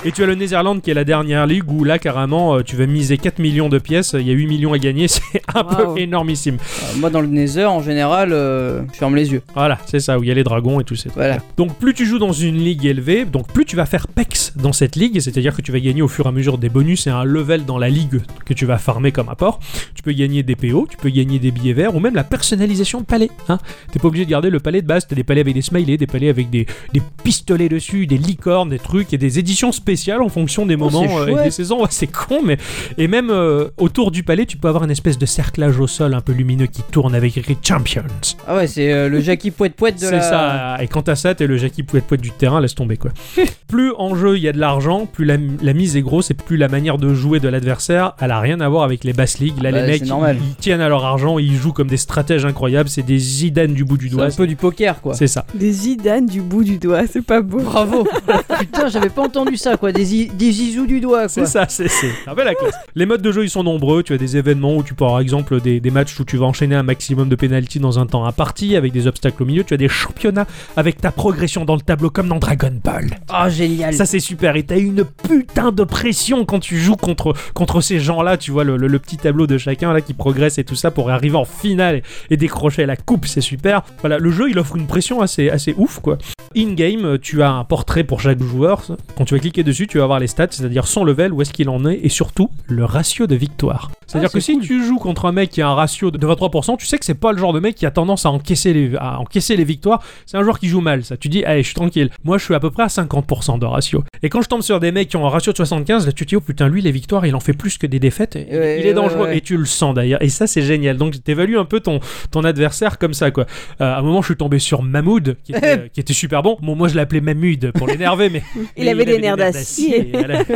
Et tu as le Netherlands qui est la dernière ligue où là carrément tu vas miser 4 millions de pièces, il y a 8 millions à gagner, c'est un peu énormissime. Moi dans le Nether en général je ferme les yeux. Voilà, c'est ça, où il y a les dragons et tout ça. Voilà. Donc plus tu joues dans une ligue élevée, donc plus tu vas faire PEX dans cette ligue, c'est-à-dire que tu vas gagner au fur et à mesure des bonus et un level dans la ligue que tu vas farmer comme apport. Tu peux gagner des PO, tu peux gagner des billets verts ou même la personnalisation de palais. Hein. T'es pas obligé de garder le palais de base, t'as des palais avec des smileys, des palais avec des pistolets dessus, des licornes, des trucs et des éditions spéciales en fonction des moments et des saisons. Ouais, c'est con, mais et même autour du palais, tu peux avoir une espèce de cerclage au sol un peu lumineux qui tourne avec écrit Champions. Ah ouais, c'est le Jackie Pouette-Pouette de c'est ça, et quand t'as ça, t'es le Jackie Pouette-Pouette du terrain, laisse tomber quoi. Plus en jeu il y a de l'argent, plus la mise est grosse et plus la manière de jouer de l'adversaire, elle a rien à voir avec les basses ligues. Là, les mecs, ils tiennent à leur argent, ils jouent comme des stratèges incroyables, c'est des Zidane du bout du doigt. C'est un peu du poker quoi. C'est ça. Des Zidane du bout du doigt, c'est pas beau. Bravo. Putain, j'avais pas entendu ça quoi, des zizous du doigt quoi. C'est ça, c'est un peu la classe. Les modes de jeu ils sont nombreux, tu as des événements où tu peux par exemple des matchs où tu vas enchaîner un maximum de pénalty dans un temps imparti avec des obstacles au milieu, tu as des championnats avec ta progression dans le tableau comme dans Dragon Ball. Oh génial. Ça c'est super et t'as une putain de pression quand tu joues contre ces gens-là, tu vois le petit tableau de chacun là qui progresse et tout ça pour arriver en finale et décrocher la coupe, c'est super. Voilà, le jeu il offre une pression assez ouf quoi. In-game, tu as un portrait pour chaque joueur. Quand tu vas cliquer dessus, tu vas avoir les stats, c'est-à-dire son level, où est-ce qu'il en est, et surtout le ratio de victoire. C'est-à-dire que si tu joues contre un mec qui a un ratio de 23%, tu sais que c'est pas le genre de mec qui a tendance à encaisser les victoires. C'est un joueur qui joue mal, ça. Tu dis, allez, je suis tranquille. Moi, je suis à peu près à 50% de ratio. Et quand je tombe sur des mecs qui ont un ratio de 75, là, tu te dis, oh putain, lui, les victoires, il en fait plus que des défaites. Il est dangereux. Et tu le sens d'ailleurs. Et ça, c'est génial. Donc, t'évalues un peu ton adversaire comme ça, quoi. À un moment, je suis tombé sur Mahmoud, qui était super bon. Bon, moi, je l'appelais Mahmoud pour l'énerver, mais. Il avait des nerfs d'acier.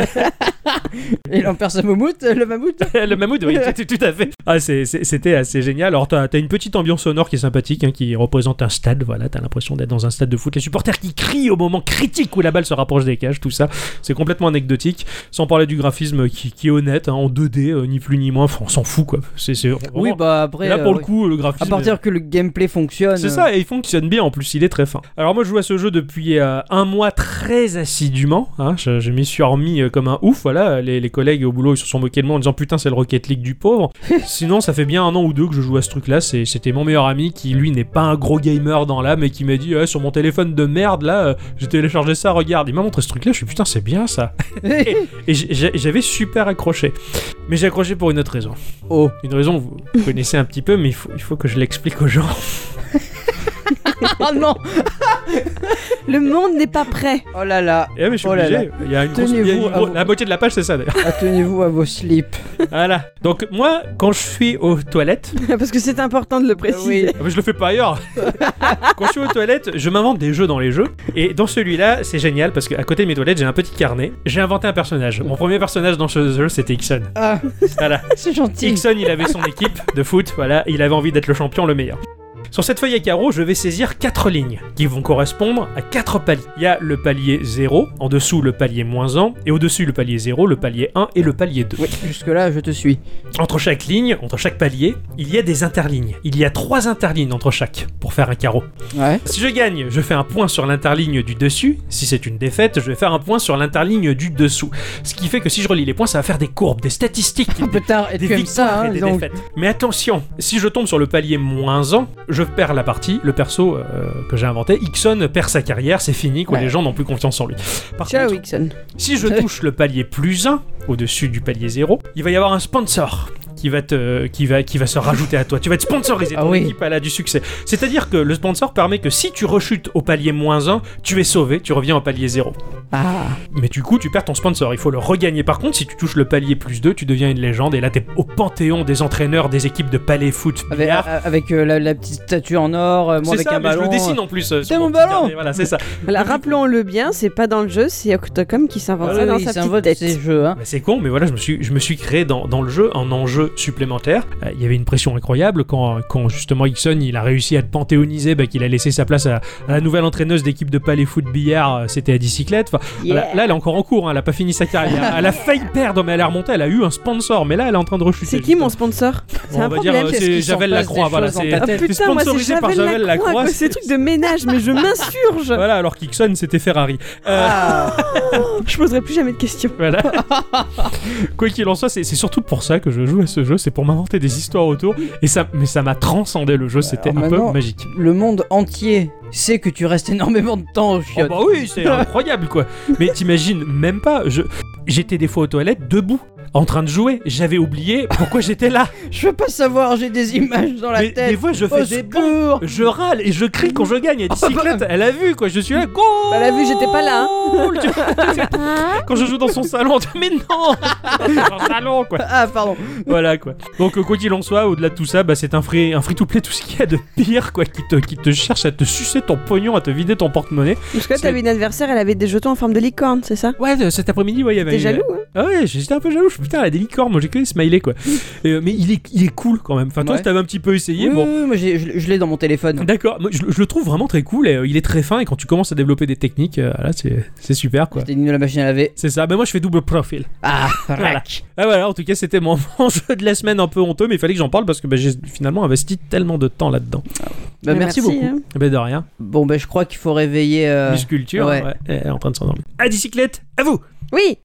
Et il en perd sa moumoute, le mammouth. Le mammouth, oui, tout à fait. Ah, c'était assez génial. Alors, t'as une petite ambiance sonore qui est sympathique, hein, qui représente un stade. Voilà, t'as l'impression d'être dans un stade de foot. Les supporters qui crient au moment critique où la balle se rapproche des cages, tout ça. C'est complètement anecdotique. Sans parler du graphisme qui est honnête, hein, en 2D, ni plus ni moins. Enfin, on s'en fout, quoi. Vraiment... Oui, bah après. Là, pour le coup, le graphisme. À partir que le gameplay fonctionne. C'est ça, et il fonctionne bien en plus. Il est très fin. Alors, moi, je joue à ce jeu depuis un mois très assidûment. Hein, je m'y suis remis comme un ouf. Voilà, les collègues au boulot, ils se sont moqués de moi en disant putain, c'est le Rocket League du pauvre. Sinon, ça fait bien 1 an ou 2 que je joue à ce truc-là. C'était mon meilleur ami qui, lui, n'est pas un gros gamer dans l'âme et qui m'a dit sur mon téléphone de merde, là, j'ai téléchargé ça, regarde. Il m'a montré ce truc-là. Je suis putain, c'est bien ça. et j'avais super accroché. Mais j'ai accroché pour une autre raison. Oh. Une raison, vous connaissez un petit peu, mais il faut que je l'explique aux gens. Oh non. Le monde n'est pas prêt. Oh là là. Et mais je suis obligé. Il y a la moitié de la page, c'est ça d'ailleurs. Attenez-vous à vos slips. Voilà. Donc moi, quand je suis aux toilettes... Parce que c'est important de le préciser. Oui. Mais je le fais pas ailleurs. Quand je suis aux toilettes, je m'invente des jeux dans les jeux. Et dans celui-là, c'est génial parce qu'à côté de mes toilettes, j'ai un petit carnet. J'ai inventé un personnage. Mon premier personnage dans ce jeu, c'était Ixon. Ah. Voilà. C'est gentil. Ixon, il avait son équipe de foot. Voilà. Il avait envie d'être le champion, le meilleur. Sur cette feuille à carreaux, je vais saisir 4 lignes qui vont correspondre à 4 paliers. Il y a le palier 0, en dessous le palier -1, et au-dessus le palier 0, le palier 1 et le palier 2. Oui, jusque-là, je te suis. Entre chaque ligne, entre chaque palier, il y a des interlignes. Il y a 3 interlignes entre chaque pour faire un carreau. Ouais. Si je gagne, je fais un point sur l'interligne du dessus. Si c'est une défaite, je vais faire un point sur l'interligne du dessous. Ce qui fait que si je relie les points, ça va faire des courbes, des statistiques, des comme victoires ça, hein, et des donc... défaites. Mais attention, si je tombe sur le palier -1, je perds la partie, le perso que j'ai inventé. Ixon perd sa carrière, c'est fini, quoi, les gens n'ont plus confiance en lui. Par Ciao contre, Ixon. si je touche le palier +1, au-dessus du palier 0, il va y avoir un sponsor qui va se rajouter à toi. Tu vas être sponsorisé, ton équipe elle a du succès. C'est-à-dire que le sponsor permet que si tu rechutes au palier -1, tu es sauvé, tu reviens au palier 0. Ah. Mais du coup, tu perds ton sponsor, il faut le regagner. Par contre, si tu touches le palier +2, tu deviens une légende et là t'es au panthéon des entraîneurs des équipes de palais foot. Avec la petite statue en or, moi avec un ballon. Je le dessine en plus. C'est mon ballon. Voilà, c'est ça. Voilà, rappelons-le bien, c'est pas dans le jeu, c'est Octocom qui s'invente ça dans sa petite tête. Ces jeux, hein. Bah, c'est con, mais voilà, je me suis créé dans le jeu un enjeu supplémentaire. Il y avait une pression incroyable quand justement Ixon il a réussi à être panthéonisé, qu'il a laissé sa place à la nouvelle entraîneuse d'équipe de palais foot billard, c'était à bicyclette. Enfin, là, elle est encore en cours, hein, elle a pas fini sa carrière. Elle a failli perdre, mais elle est remontée, elle a eu un sponsor, mais là, elle est en train de rechuter. C'est qui mon sponsor? C'est un problème. C'est Javel Lacroix, voilà. C'est sponsorisé par Javel Lacroix. C'est trucs de ménage, mais je m'insurge. Voilà, alors qu'Ixon, c'était Ferrari. Je poserai plus jamais de questions. Voilà. Quoi qu'il en soit, c'est surtout pour ça que je joue à ce jeu, c'est pour m'inventer des histoires autour, mais ça m'a transcendé le jeu, c'était un peu magique. Le monde entier sait que tu restes énormément de temps au chiottes. Oh bah oui, c'est incroyable quoi. Mais t'imagines même pas, j'étais des fois aux toilettes debout, en train de jouer, j'avais oublié pourquoi j'étais là. Je veux pas savoir, j'ai des images dans la tête. Des fois je fais je râle et je crie quand je gagne. La bicyclette, elle a vu quoi, je suis là, elle a vu, j'étais pas là. Quand je joue dans son salon, mais non, dans son salon quoi. Ah pardon. Voilà quoi. Donc quoi qu'il en soit, au-delà de tout ça, c'est un free-to-play, tout ce qu'il y a de pire quoi, qui te cherche à te sucer ton pognon, à te vider ton porte-monnaie. Parce que là t'avais une adversaire, elle avait des jetons en forme de licorne, c'est ça? Ouais, cet après-midi, ouais, il y avait. T'es jaloux hein? Ah ouais, j'étais un peu jaloux. Putain, elle a des licornes, moi j'ai que des smileys quoi. Mais il est cool quand même. Enfin, toi, si t'avais un petit peu essayé, oui, moi je l'ai dans mon téléphone. D'accord, moi, je le trouve vraiment très cool. Et, il est très fin et quand tu commences à développer des techniques, là c'est super quoi. C'était de la machine à laver. C'est ça. Ben moi je fais double profil. Ah, voilà. Ah voilà. En tout cas, c'était mon jeu de la semaine un peu honteux, mais il fallait que j'en parle parce que j'ai finalement investi tellement de temps là-dedans. Merci beaucoup. Hein. De rien. Bon je crois qu'il faut réveiller. Miss Culture. Ouais. Elle est en train de s'endormir. À bicyclette, à vous. Oui.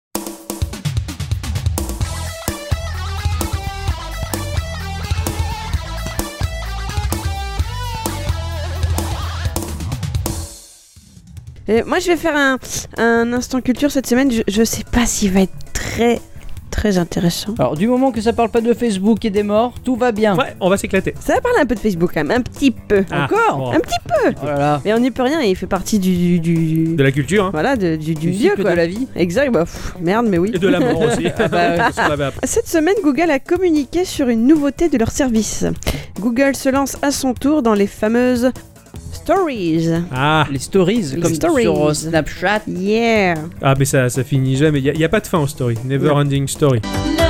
Moi je vais faire un instant culture cette semaine, je sais pas s'il va être très intéressant. Alors du moment que ça parle pas de Facebook et des morts, tout va bien. Ouais, on va s'éclater. Ça va parler un peu de Facebook quand même, un petit peu. Encore bon. Un petit peu. Oh là là. Mais on n'y peut rien, il fait partie de la culture hein. Voilà, du vieux cycle quoi. De la vie. Exact, merde mais oui. Et de la mort aussi. Cette semaine, Google a communiqué sur une nouveauté de leur service. Google se lance à son tour dans les fameuses Stories. Les stories, comme sur Snapchat. Yeah. Ah mais ça finit jamais, il y a pas de fin aux stories. Never ending story.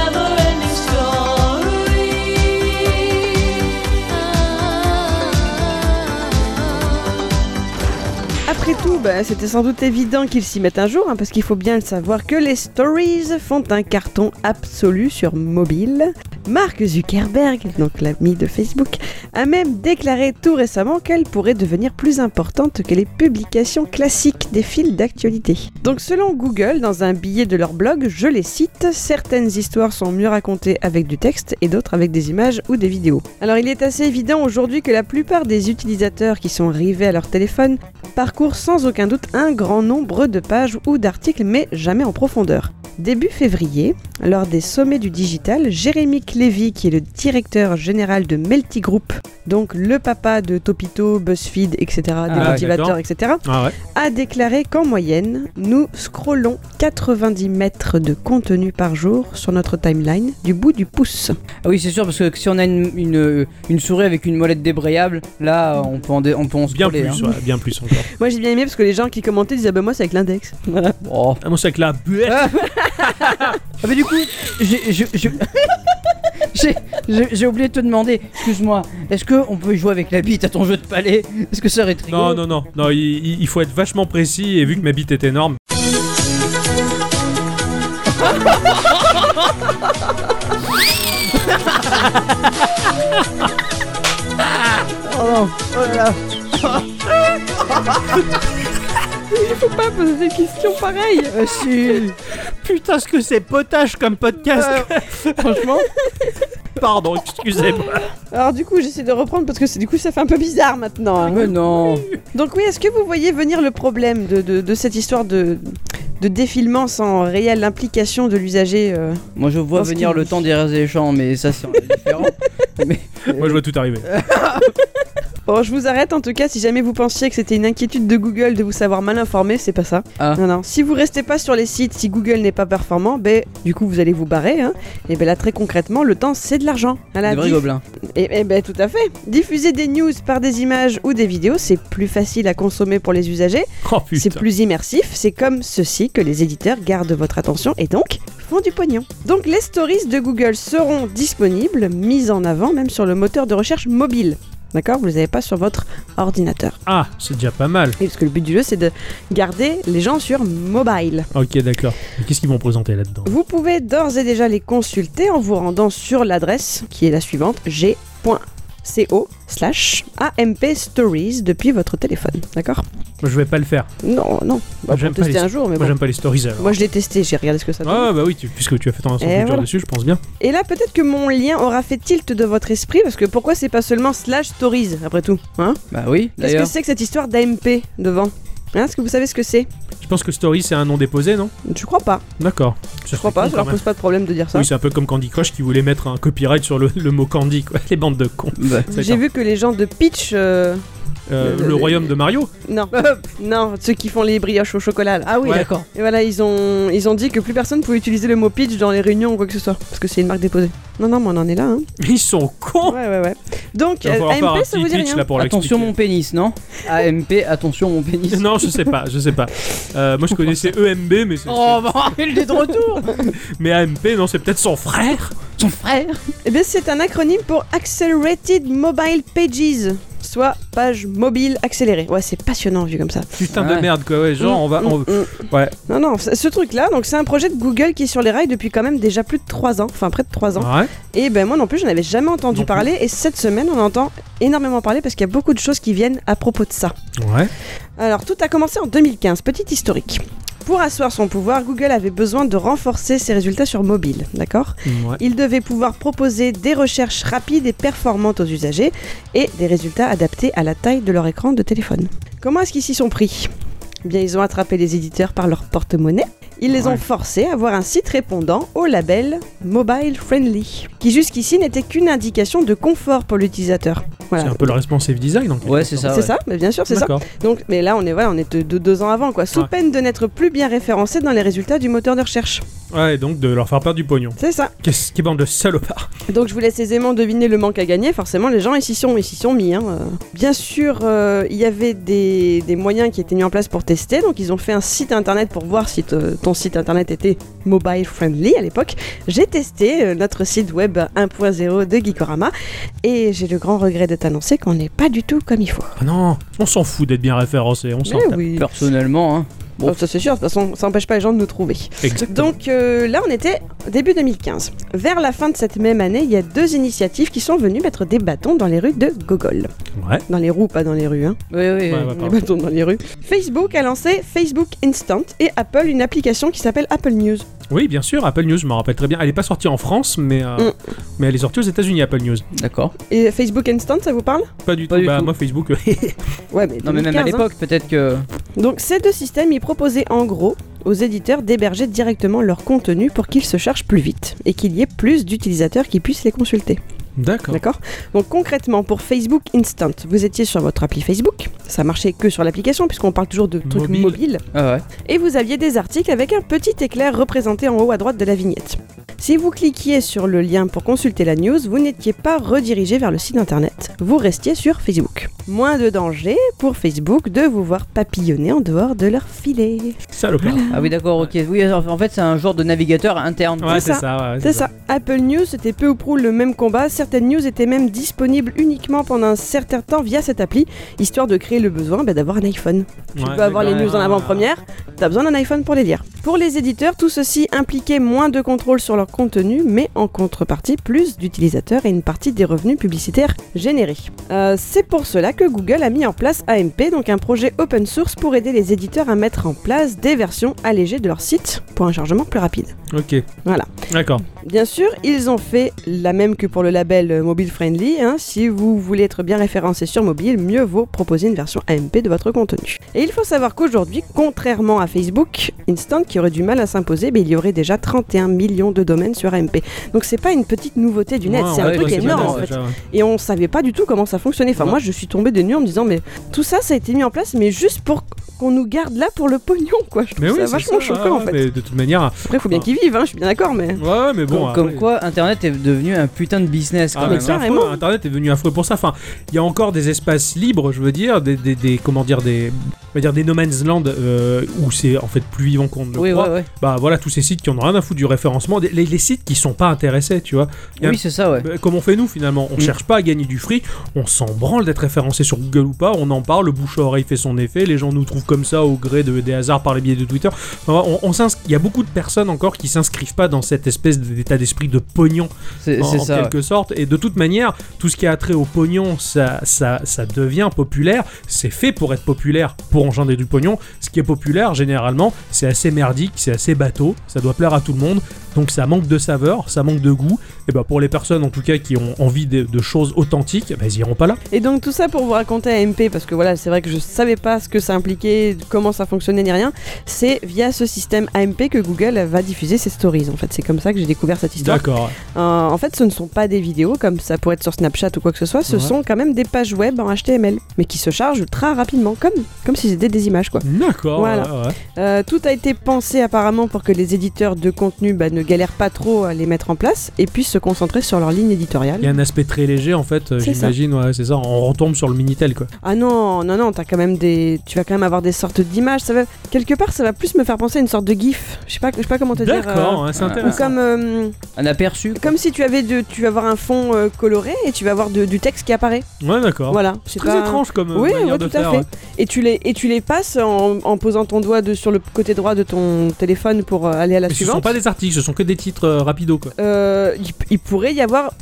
Après tout, c'était sans doute évident qu'ils s'y mettent un jour, hein, parce qu'il faut bien le savoir que les stories font un carton absolu sur mobile. Mark Zuckerberg, donc l'ami de Facebook, a même déclaré tout récemment qu'elle pourrait devenir plus importante que les publications classiques des fils d'actualité. Donc selon Google, dans un billet de leur blog, je les cite, certaines histoires sont mieux racontées avec du texte et d'autres avec des images ou des vidéos. Alors il est assez évident aujourd'hui que la plupart des utilisateurs qui sont rivés à leur téléphone parcourent sans aucun doute un grand nombre de pages ou d'articles, mais jamais en profondeur. Début février, lors des sommets du digital, Jérémy Clévy, qui est le directeur général de Melty Group, donc le papa de Topito, BuzzFeed, etc., des motivateurs, etc., a déclaré qu'en moyenne, nous scrollons 90 mètres de contenu par jour sur notre timeline du bout du pouce. Ah oui, c'est sûr, parce que si on a une souris avec une molette débrayable, là, on peut en scroller. Bien plus, bien plus encore. Moi, j'ai bien aimé parce que les gens qui commentaient disaient moi, c'est avec l'index. Voilà. Oh. Ah, moi, c'est avec la buette. Ah, mais du coup, j'ai oublié de te demander, excuse-moi, est-ce qu'on peut jouer avec la bite à ton jeu de palais? Est-ce que ça serait très rigolo? Non, il faut être vachement précis, et vu que ma bite est énorme... Oh non, oh là là. Il faut pas poser des questions pareilles. Si. Putain, ce que c'est potage comme podcast. Franchement. Pardon, excusez-moi. Alors du coup, j'essaie de reprendre parce que du coup, ça fait un peu bizarre maintenant. Hein. Mais non. Donc oui, est-ce que vous voyez venir le problème de cette histoire de défilement sans réelle implication de l'usager Moi, je vois venir le temps des champs, mais ça, c'est différent. Moi, je vois tout arriver. Bon, je vous arrête en tout cas, si jamais vous pensiez que c'était une inquiétude de Google de vous savoir mal informé, c'est pas ça. Ah. Non, si vous restez pas sur les sites, si Google n'est pas performant, du coup vous allez vous barrer, hein. Et là très concrètement, le temps c'est de l'argent. Des vrais gobelins. Et tout à fait. Diffuser des news par des images ou des vidéos, c'est plus facile à consommer pour les usagers. Oh, putain. C'est plus immersif, c'est comme ceci que les éditeurs gardent votre attention et donc font du pognon. Donc les stories de Google seront disponibles, mises en avant même sur le moteur de recherche mobile. D'accord, vous les avez pas sur votre ordinateur. Ah, c'est déjà pas mal. Et parce que le but du jeu, c'est de garder les gens sur mobile. Ok, d'accord. Et qu'est-ce qu'ils vont présenter là-dedans ? Vous pouvez d'ores et déjà les consulter en vous rendant sur l'adresse qui est la suivante, g.co/AMP Stories depuis votre téléphone. D'accord ? Moi, je vais pas le faire. Non. Bah, j'aime tester pas un jour, mais Moi, bon. j'aime pas les stories alors. Moi, je l'ai testé, j'ai regardé ce que ça donne. Ah, bah oui, puisque tu as fait ton instant culture voilà. dessus, je pense bien. Et là, peut-être que mon lien aura fait tilt de votre esprit, parce que pourquoi c'est pas seulement /stories, après tout, hein ? Bah oui, Qu'est-ce d'ailleurs. que c'est que cette histoire d'AMP devant ? Hein, est-ce que vous savez ce que c'est ? Je pense que story, c'est un nom déposé, non ? Je crois pas. D'accord. Je crois pas, ça leur pose pas de problème de dire ça. Oui, c'est un peu comme Candy Crush qui voulait mettre un copyright sur le mot Candy, quoi. Les bandes de cons. Bah, J'ai vu que les gens de Peach... le royaume de Mario ? Non, non, ceux qui font les brioches au chocolat là. Ah oui, Ouais. d'accord. Et voilà, ils ont dit que plus personne pouvait utiliser le mot pitch dans les réunions ou quoi que ce soit, parce que c'est une marque déposée. Non, mais on en est là, hein. Ils sont cons. Ouais. Donc, Il va falloir faire un AMP, ça petit vous dit pitch rien là pour Attention l'expliquer. mon pénis, non AMP, attention mon pénis. Non, je sais pas. Moi, je connaissais EMB, mais Oh bah il est de retour. mais AMP, non, c'est peut-être son frère. Son frère. Eh bien, c'est un acronyme pour Accelerated Mobile Pages, soit page mobile accélérée. Ouais, c'est passionnant vu comme ça. Putain Ouais. de merde, quoi. Ouais, genre, on va. Ouais. Non, ce truc-là, donc c'est un projet de Google qui est sur les rails depuis quand même déjà plus de 3 ans, enfin près de 3 ans. Ouais. Et ben moi non plus, je n'avais jamais entendu Non plus. parler, et cette semaine, on entend énormément parler parce qu'il y a beaucoup de choses qui viennent à propos de ça. Ouais. Alors, tout a commencé en 2015, petit historique. Pour asseoir son pouvoir, Google avait besoin de renforcer ses résultats sur mobile, d'accord ? Ouais. Il devait pouvoir proposer des recherches rapides et performantes aux usagers et des résultats adaptés à la taille de leur écran de téléphone. Comment est-ce qu'ils s'y sont pris ? Eh bien, ils ont attrapé les éditeurs par leur porte-monnaie. Ils les ont forcés à avoir un site répondant au label Mobile Friendly, qui jusqu'ici n'était qu'une indication de confort pour l'utilisateur. Voilà. C'est un peu le responsive design, en quelque Ouais, sorte. c'est ça. C'est ça, mais bien sûr, c'est ça. D'accord. Donc, mais là, on est de 2 ans avant, quoi. Sous Ouais. peine de n'être plus bien référencé dans les résultats du moteur de recherche. Ouais, et donc de leur faire perdre du pognon. C'est ça. Qu'est-ce qui bande de salopards. Donc, je vous laisse aisément deviner le manque à gagner. Forcément, les gens, ils s'y sont mis. Hein. Bien sûr, il y avait des moyens qui étaient mis en place pour tester. Donc, ils ont fait un site internet pour voir si ton site internet était mobile friendly à l'époque. J'ai testé notre site web 1.0 de Geekorama. Et j'ai le grand regret de t'annoncer qu'on n'est pas du tout comme il faut. Ah non, on s'en fout d'être bien référencé, on s'en Eh tape. oui. Personnellement, hein. Bon, ça c'est sûr, de toute façon, ça n'empêche pas les gens de nous trouver. Exactement. Donc là, on était début 2015. Vers la fin de cette même année, il y a 2 initiatives qui sont venues mettre des bâtons dans les rues de Gogol. Ouais. Dans les roues, pas dans les rues, hein. Oui. Ouais, Les pardon. bâtons dans les rues. Facebook a lancé Facebook Instant et Apple une application qui s'appelle Apple News. Oui, bien sûr, Apple News, je me rappelle très bien. Elle est pas sortie en France, mais elle est sortie aux États-Unis, Apple News. D'accord. Et Facebook Instant, ça vous parle ? Pas du Pas tout. du Bah, tout. moi, Facebook. Ouais, mais Non mais même à 2015, l'époque, peut-être que. hein. Donc ces 2 systèmes, ils proposaient en gros aux éditeurs d'héberger directement leur contenu pour qu'ils se chargent plus vite et qu'il y ait plus d'utilisateurs qui puissent les consulter. D'accord. D'accord ? Donc concrètement, pour Facebook Instant, vous étiez sur votre appli Facebook, ça marchait que sur l'application puisqu'on parle toujours de trucs Mobile. mobiles, Ah ouais. et vous aviez des articles avec un petit éclair représenté en haut à droite de la vignette. Si vous cliquiez sur le lien pour consulter la news, vous n'étiez pas redirigé vers le site internet, vous restiez sur Facebook. Moins de danger pour Facebook de vous voir papillonner en dehors de leur filet. Salopard. Ah oui, d'accord, ok. Oui, en fait, c'est un genre de navigateur interne. Ouais, c'est c'est ça. Ouais, C'est ça. Apple News, c'était peu ou prou le même combat. Certaines news étaient même disponibles uniquement pendant un certain temps via cette appli, histoire de créer le besoin d'avoir un iPhone. Tu peux avoir les news en avant-première, t'as besoin d'un iPhone pour les lire. Pour les éditeurs, tout ceci impliquait moins de contrôle sur leur contenu, mais en contrepartie, plus d'utilisateurs et une partie des revenus publicitaires générés. C'est pour cela que Google a mis en place AMP, donc un projet open source pour aider les éditeurs à mettre en place des versions allégées de leur site pour un chargement plus rapide. Ok. Voilà. D'accord. Bien sûr, ils ont fait la même que pour le label Mobile Friendly. Hein. Si vous voulez être bien référencé sur mobile, mieux vaut proposer une version AMP de votre contenu. Et il faut savoir qu'aujourd'hui, contrairement à Facebook Instant qui aurait du mal à s'imposer, il y aurait déjà 31 millions de domaines sur AMP. Donc c'est pas une petite nouveauté du net, Ouais, c'est un ouais, truc c'est énorme bien, en fait. déjà, ouais. Et on savait pas du tout comment ça fonctionnait. Enfin, moi je suis tombée des nues en me disant, mais tout ça, ça a été mis en place, mais juste pour qu'on nous garde là pour le pognon, quoi. Je trouve Mais oui, ça c'est vachement ça, choquant en fait. Mais de toute manière. Après, faut bien qu'ils vivent, hein, je suis bien d'accord, mais. Ouais, mais bon. Comme après- quoi, Internet est devenu un putain de business quand Ah, même. mais c'est hein. carrément. affreux, Internet est devenu affreux pour ça. Enfin, il y a encore des espaces libres, je veux dire, comment dire, on va dire des no man's land où c'est en fait plus vivant qu'on ne le Oui, croit. ouais. Bah voilà, tous ces sites qui en ont rien à foutre du référencement, les les sites qui sont pas intéressés, tu vois. Oui, c'est ça, ouais. Comme on fait nous finalement, on cherche pas à gagner du fric, on s'en branle d'être référencé sur Google ou pas, on en parle, le bouche à oreille fait son effet, les gens nous trouvent comme ça au gré des hasards par les biais de Twitter. Enfin, il y a beaucoup de personnes encore qui s'inscrivent pas dans cette espèce d'état d'esprit de pognon en quelque sorte, et de toute manière, tout ce qui a trait au pognon, ça devient populaire, c'est fait pour être populaire, pour engendrer du pognon. Ce qui est populaire, généralement, c'est assez merdique, c'est assez bateau, ça doit plaire à tout le monde, donc ça manque de saveur, ça manque de goût, et ben pour les personnes en tout cas qui ont envie de choses authentiques, ben, ils iront pas là. Et donc tout ça pour vous raconter AMP, parce que voilà, c'est vrai que je savais pas ce que ça impliquait, comment ça fonctionnait ni rien, c'est via ce système AMP que Google va diffuser ses stories, en fait, c'est comme ça que j'ai découvert cette histoire. D'accord. En fait, ce ne sont pas des vidéos comme ça pourrait être sur Snapchat ou quoi que ce soit, ce sont quand même des pages web en HTML, mais qui se chargent très rapidement, comme si c'était des images, quoi. D'accord. Voilà. Ouais. Tout a été pensé apparemment pour que les éditeurs de contenu ne galèrent pas trop à les mettre en place et puissent se concentrer sur leur ligne éditoriale. Il y a un aspect très léger en fait, j'imagine, ouais, c'est ça, on retombe sur le Minitel quoi. Ah non, t'as quand même tu vas quand même avoir des sortes d'images, quelque part ça va plus me faire penser à une sorte de gif, je sais pas comment te dire. D'accord, c'est intéressant. Ou comme un aperçu. Comme si tu vas avoir un fond coloré et tu vas avoir du texte qui apparaît. Ouais, d'accord. Voilà, c'est très étrange comme manière de faire. Oui, tout à fait. Et tu les passes en posant ton doigt sur le côté droit de ton téléphone pour aller à la suivante. Ce sont pas des articles, ce sont que des titres rapidos quoi. Il pourrait y avoir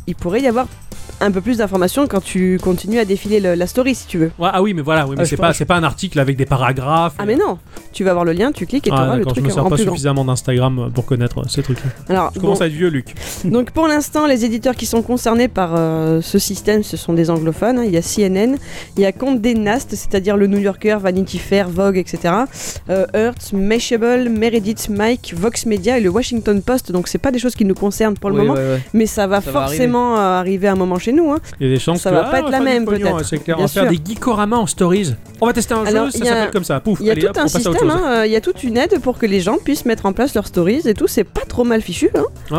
un peu plus d'informations quand tu continues à défiler la story si tu veux. Ouais, ah oui, mais voilà, mais c'est pas un article avec des paragraphes. Ah mais non, tu vas avoir le lien, tu cliques et tu auras le truc. Je me sers pas suffisamment d'Instagram pour connaître ces trucs-là. Alors, je commence à être vieux, Luc. Donc pour l'instant, les éditeurs qui sont concernés par ce système, ce sont des anglophones. Il y a CNN, il y a Condé Nast, c'est-à-dire le New Yorker, Vanity Fair, Vogue, etc. Hertz, Mashable, Meredith, Mike, Vox Media et le Washington Post. Donc c'est pas des choses qui nous concernent pour le moment, mais ça va forcément arriver à un moment chez nous. Il y a des chances ça va pas être la même peut-être. C'est clair, on va faire des Geekorama en stories. On va tester un jeu, ça s'appelle comme ça. Pouf, il y a tout un système, il y a toute une aide pour que les gens puissent mettre en place leurs stories et tout. C'est pas trop mal fichu.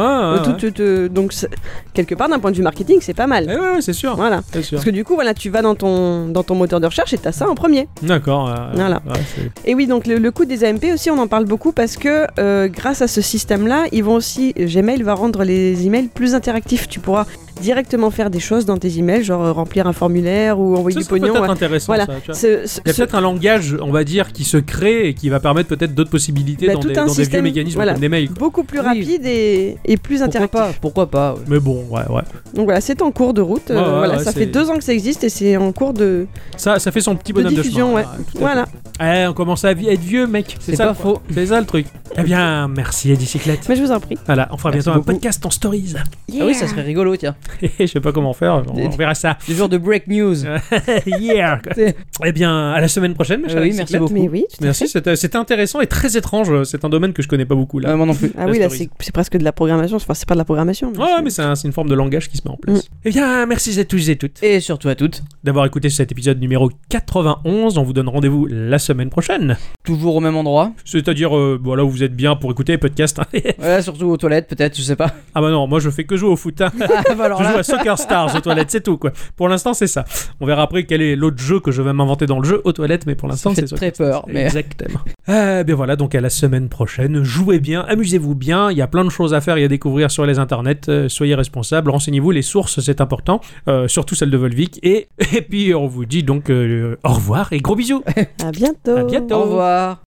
Donc quelque part d'un point de vue marketing, c'est pas mal. Ouais, c'est sûr. Voilà. C'est sûr. Parce que du coup, voilà, tu vas dans ton moteur de recherche et t'as ça en premier. D'accord. Voilà. Et oui, donc le coût des AMP aussi, on en parle beaucoup parce que grâce à ce système-là, Gmail va rendre les emails plus interactifs. Tu pourras directement faire des choses dans tes emails, genre remplir un formulaire ou envoyer du pognon. C'est peut-être intéressant, voilà. ça. Il y a peut-être un langage, on va dire, qui se crée et qui va permettre peut-être d'autres possibilités dans des vieux mécanismes comme des mails. Beaucoup plus rapide et plus interactif. Pourquoi pas. Mais bon, ouais. Donc voilà, c'est en cours de route. Ça fait 2 ans que ça existe et c'est en cours de. Ça fait son petit bonhomme de diffusion, chemin. Voilà. On commence à être vieux, mec. C'est ça, faux. C'est ça le truc. Eh bien, merci Edicyclette. Mais je vous en prie. Voilà, on fera bientôt un podcast en stories. Ah oui, ça serait rigolo, tiens. Je sais pas comment faire, on verra ça. Des jours de break news. Yeah. Eh bien, à la semaine prochaine, ma chère. Oui, merci beaucoup. Mais oui, merci, c'était intéressant et très étrange. C'est un domaine que je connais pas beaucoup là. Moi non plus. Ah oui, là c'est presque de la programmation. Enfin, c'est pas de la programmation. Mais c'est une forme de langage qui se met en place. Eh bien, merci à tous et toutes. Et surtout à toutes. D'avoir écouté cet épisode numéro 91. On vous donne rendez-vous la semaine prochaine. Toujours au même endroit. C'est-à-dire, là où vous êtes bien pour écouter les podcasts. Ouais, surtout aux toilettes, peut-être, je sais pas. Ah bah non, moi je fais que jouer au foot. Je joue à Soccer Stars aux toilettes, c'est tout quoi. Pour l'instant, c'est ça. On verra après quel est l'autre jeu que je vais m'inventer dans le jeu aux toilettes, mais pour l'instant, c'est très peur. Mais... Exactement. Ben voilà, donc à la semaine prochaine. Jouez bien, amusez-vous bien. Il y a plein de choses à faire et à découvrir sur les internets. Soyez responsables, renseignez-vous. Les sources, c'est important. Surtout celle de Volvic. Et puis, on vous dit donc au revoir et gros bisous. À bientôt. À bientôt. Au revoir.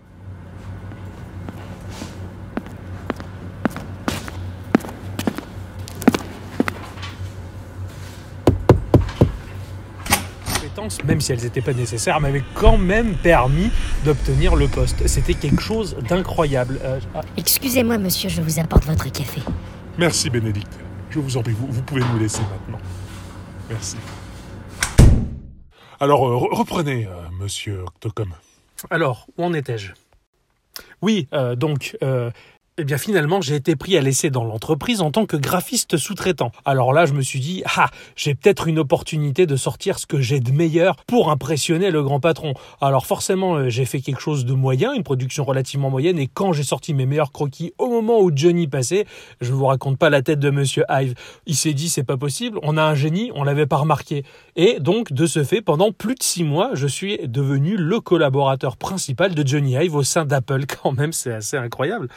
Même si elles n'étaient pas nécessaires, m'avaient quand même permis d'obtenir le poste. C'était quelque chose d'incroyable. Excusez-moi, monsieur, je vous apporte votre café. Merci, Bénédicte. Je vous en prie, vous pouvez nous laisser maintenant. Merci. Alors, reprenez, monsieur Octocom. Alors, où en étais-je ? Oui, donc... Eh bien finalement, j'ai été pris à l'essai dans l'entreprise en tant que graphiste sous-traitant. Alors là, je me suis dit, j'ai peut-être une opportunité de sortir ce que j'ai de meilleur pour impressionner le grand patron. Alors forcément, j'ai fait quelque chose de moyen, une production relativement moyenne, et quand j'ai sorti mes meilleurs croquis au moment où Johnny passait, je vous raconte pas la tête de Monsieur Hive. Il s'est dit, c'est pas possible, on a un génie, on l'avait pas remarqué. Et donc, de ce fait, pendant plus de 6 mois, je suis devenu le collaborateur principal de Johnny Hive au sein d'Apple. Quand même, c'est assez incroyable. Oh là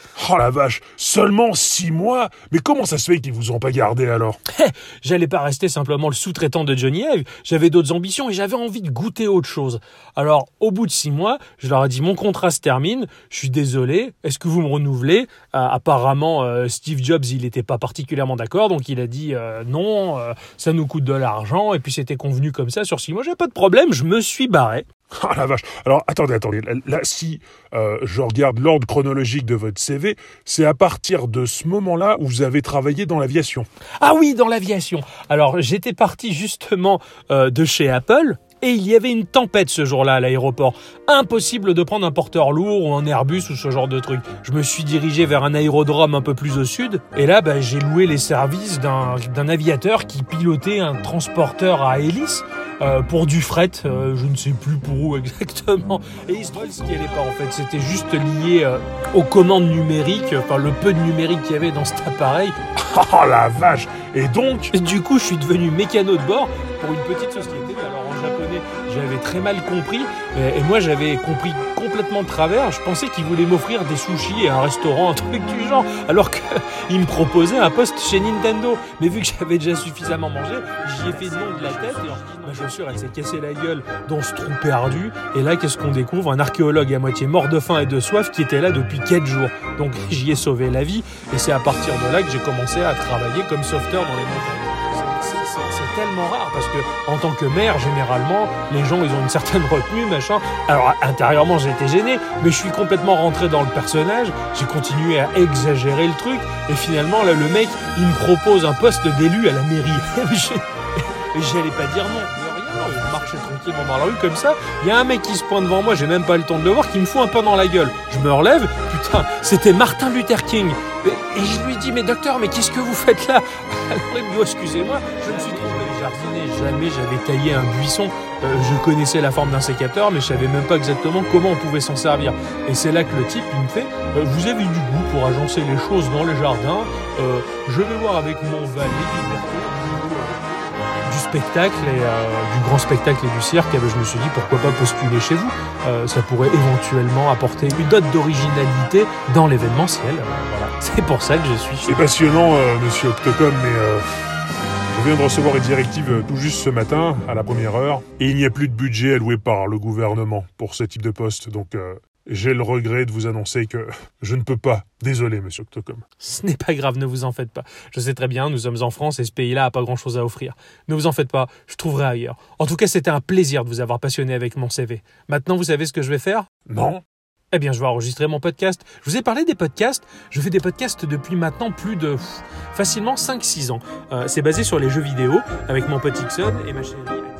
la vache, seulement 6 mois? Mais comment ça se fait qu'ils vous ont pas gardé alors? J'allais pas rester simplement le sous-traitant de Johnny Ive, j'avais d'autres ambitions et j'avais envie de goûter autre chose. Alors, au bout de 6 mois, je leur ai dit mon contrat se termine, je suis désolé, est-ce que vous me renouvelez? Apparemment, Steve Jobs, il était pas particulièrement d'accord, donc il a dit non, ça nous coûte de l'argent, et puis c'était convenu comme ça sur 6 mois, j'ai pas de problème, je me suis barré. Ah la vache. Alors, attendez. Là, si je regarde l'ordre chronologique de votre CV, c'est à partir de ce moment-là où vous avez travaillé dans l'aviation. Ah oui, dans l'aviation. Alors, j'étais parti justement de chez Apple, et il y avait une tempête ce jour-là à l'aéroport. Impossible de prendre un porteur lourd ou un Airbus ou ce genre de truc. Je me suis dirigé vers un aérodrome un peu plus au sud, et là, j'ai loué les services d'un aviateur qui pilotait un transporteur à hélice, pour du fret, je ne sais plus pour où exactement. Et il se trouve qu'il n'y allait pas en fait, c'était juste lié aux commandes numériques, enfin le peu de numérique qu'il y avait dans cet appareil. Oh la vache. Et donc du coup, je suis devenu mécano de bord pour une petite société. Alors en japonais, j'avais très mal compris, et moi j'avais compris complètement de travers. Je pensais qu'il voulait m'offrir des sushis et un restaurant, un truc du genre, alors qu'il me proposait un poste chez Nintendo. Mais vu que j'avais déjà suffisamment mangé, j'y ai fait le nom de la tête, et ma chaussure elle s'est cassée la gueule dans ce trou perdu. Et là, qu'est-ce qu'on découvre? Un archéologue à moitié mort de faim et de soif qui était là depuis 4 jours. Donc j'y ai sauvé la vie, et c'est à partir de là que j'ai commencé à travailler comme sauveteur dans les montagnes. C'est tellement rare parce que en tant que maire, généralement, les gens ils ont une certaine retenue, machin. Alors intérieurement, j'ai été gêné, mais je suis complètement rentré dans le personnage. J'ai continué à exagérer le truc, et finalement là, le mec, il me propose un poste d'élu à la mairie. Et j'allais pas dire non. Je marchais tranquillement dans la rue comme ça, il y a un mec qui se pointe devant moi, j'ai même pas le temps de le voir, qui me fout un peu dans la gueule. Je me relève, putain, c'était Martin Luther King. Et je lui dis, mais docteur, mais qu'est-ce que vous faites là? Alors il me dit, excusez-moi, je me suis trompé de jardiner, jamais j'avais taillé un buisson. Je connaissais la forme d'un sécateur, mais je savais même pas exactement comment on pouvait s'en servir. Et c'est là que le type, il me fait, vous avez du goût pour agencer les choses dans les jardins, je vais voir avec mon valet liberté du spectacle et du grand spectacle et du cirque, et je me suis dit pourquoi pas postuler chez vous, ça pourrait éventuellement apporter une dot d'originalité dans l'événementiel. Voilà. C'est pour ça que je suis chez C'est passionnant, monsieur Octocom, mais je viens de recevoir une directive tout juste ce matin, à la première heure, et il n'y a plus de budget alloué par le gouvernement pour ce type de poste, donc j'ai le regret de vous annoncer que je ne peux pas. Désolé, monsieur Octocom. Ce n'est pas grave, ne vous en faites pas. Je sais très bien, nous sommes en France et ce pays-là n'a pas grand-chose à offrir. Ne vous en faites pas, je trouverai ailleurs. En tout cas, c'était un plaisir de vous avoir passionné avec mon CV. Maintenant, vous savez ce que je vais faire? Non. Eh bien, je vais enregistrer mon podcast. Je vous ai parlé des podcasts. Je fais des podcasts depuis maintenant plus de facilement 5-6 ans. C'est basé sur les jeux vidéo avec mon pote Ixon et ma chérie.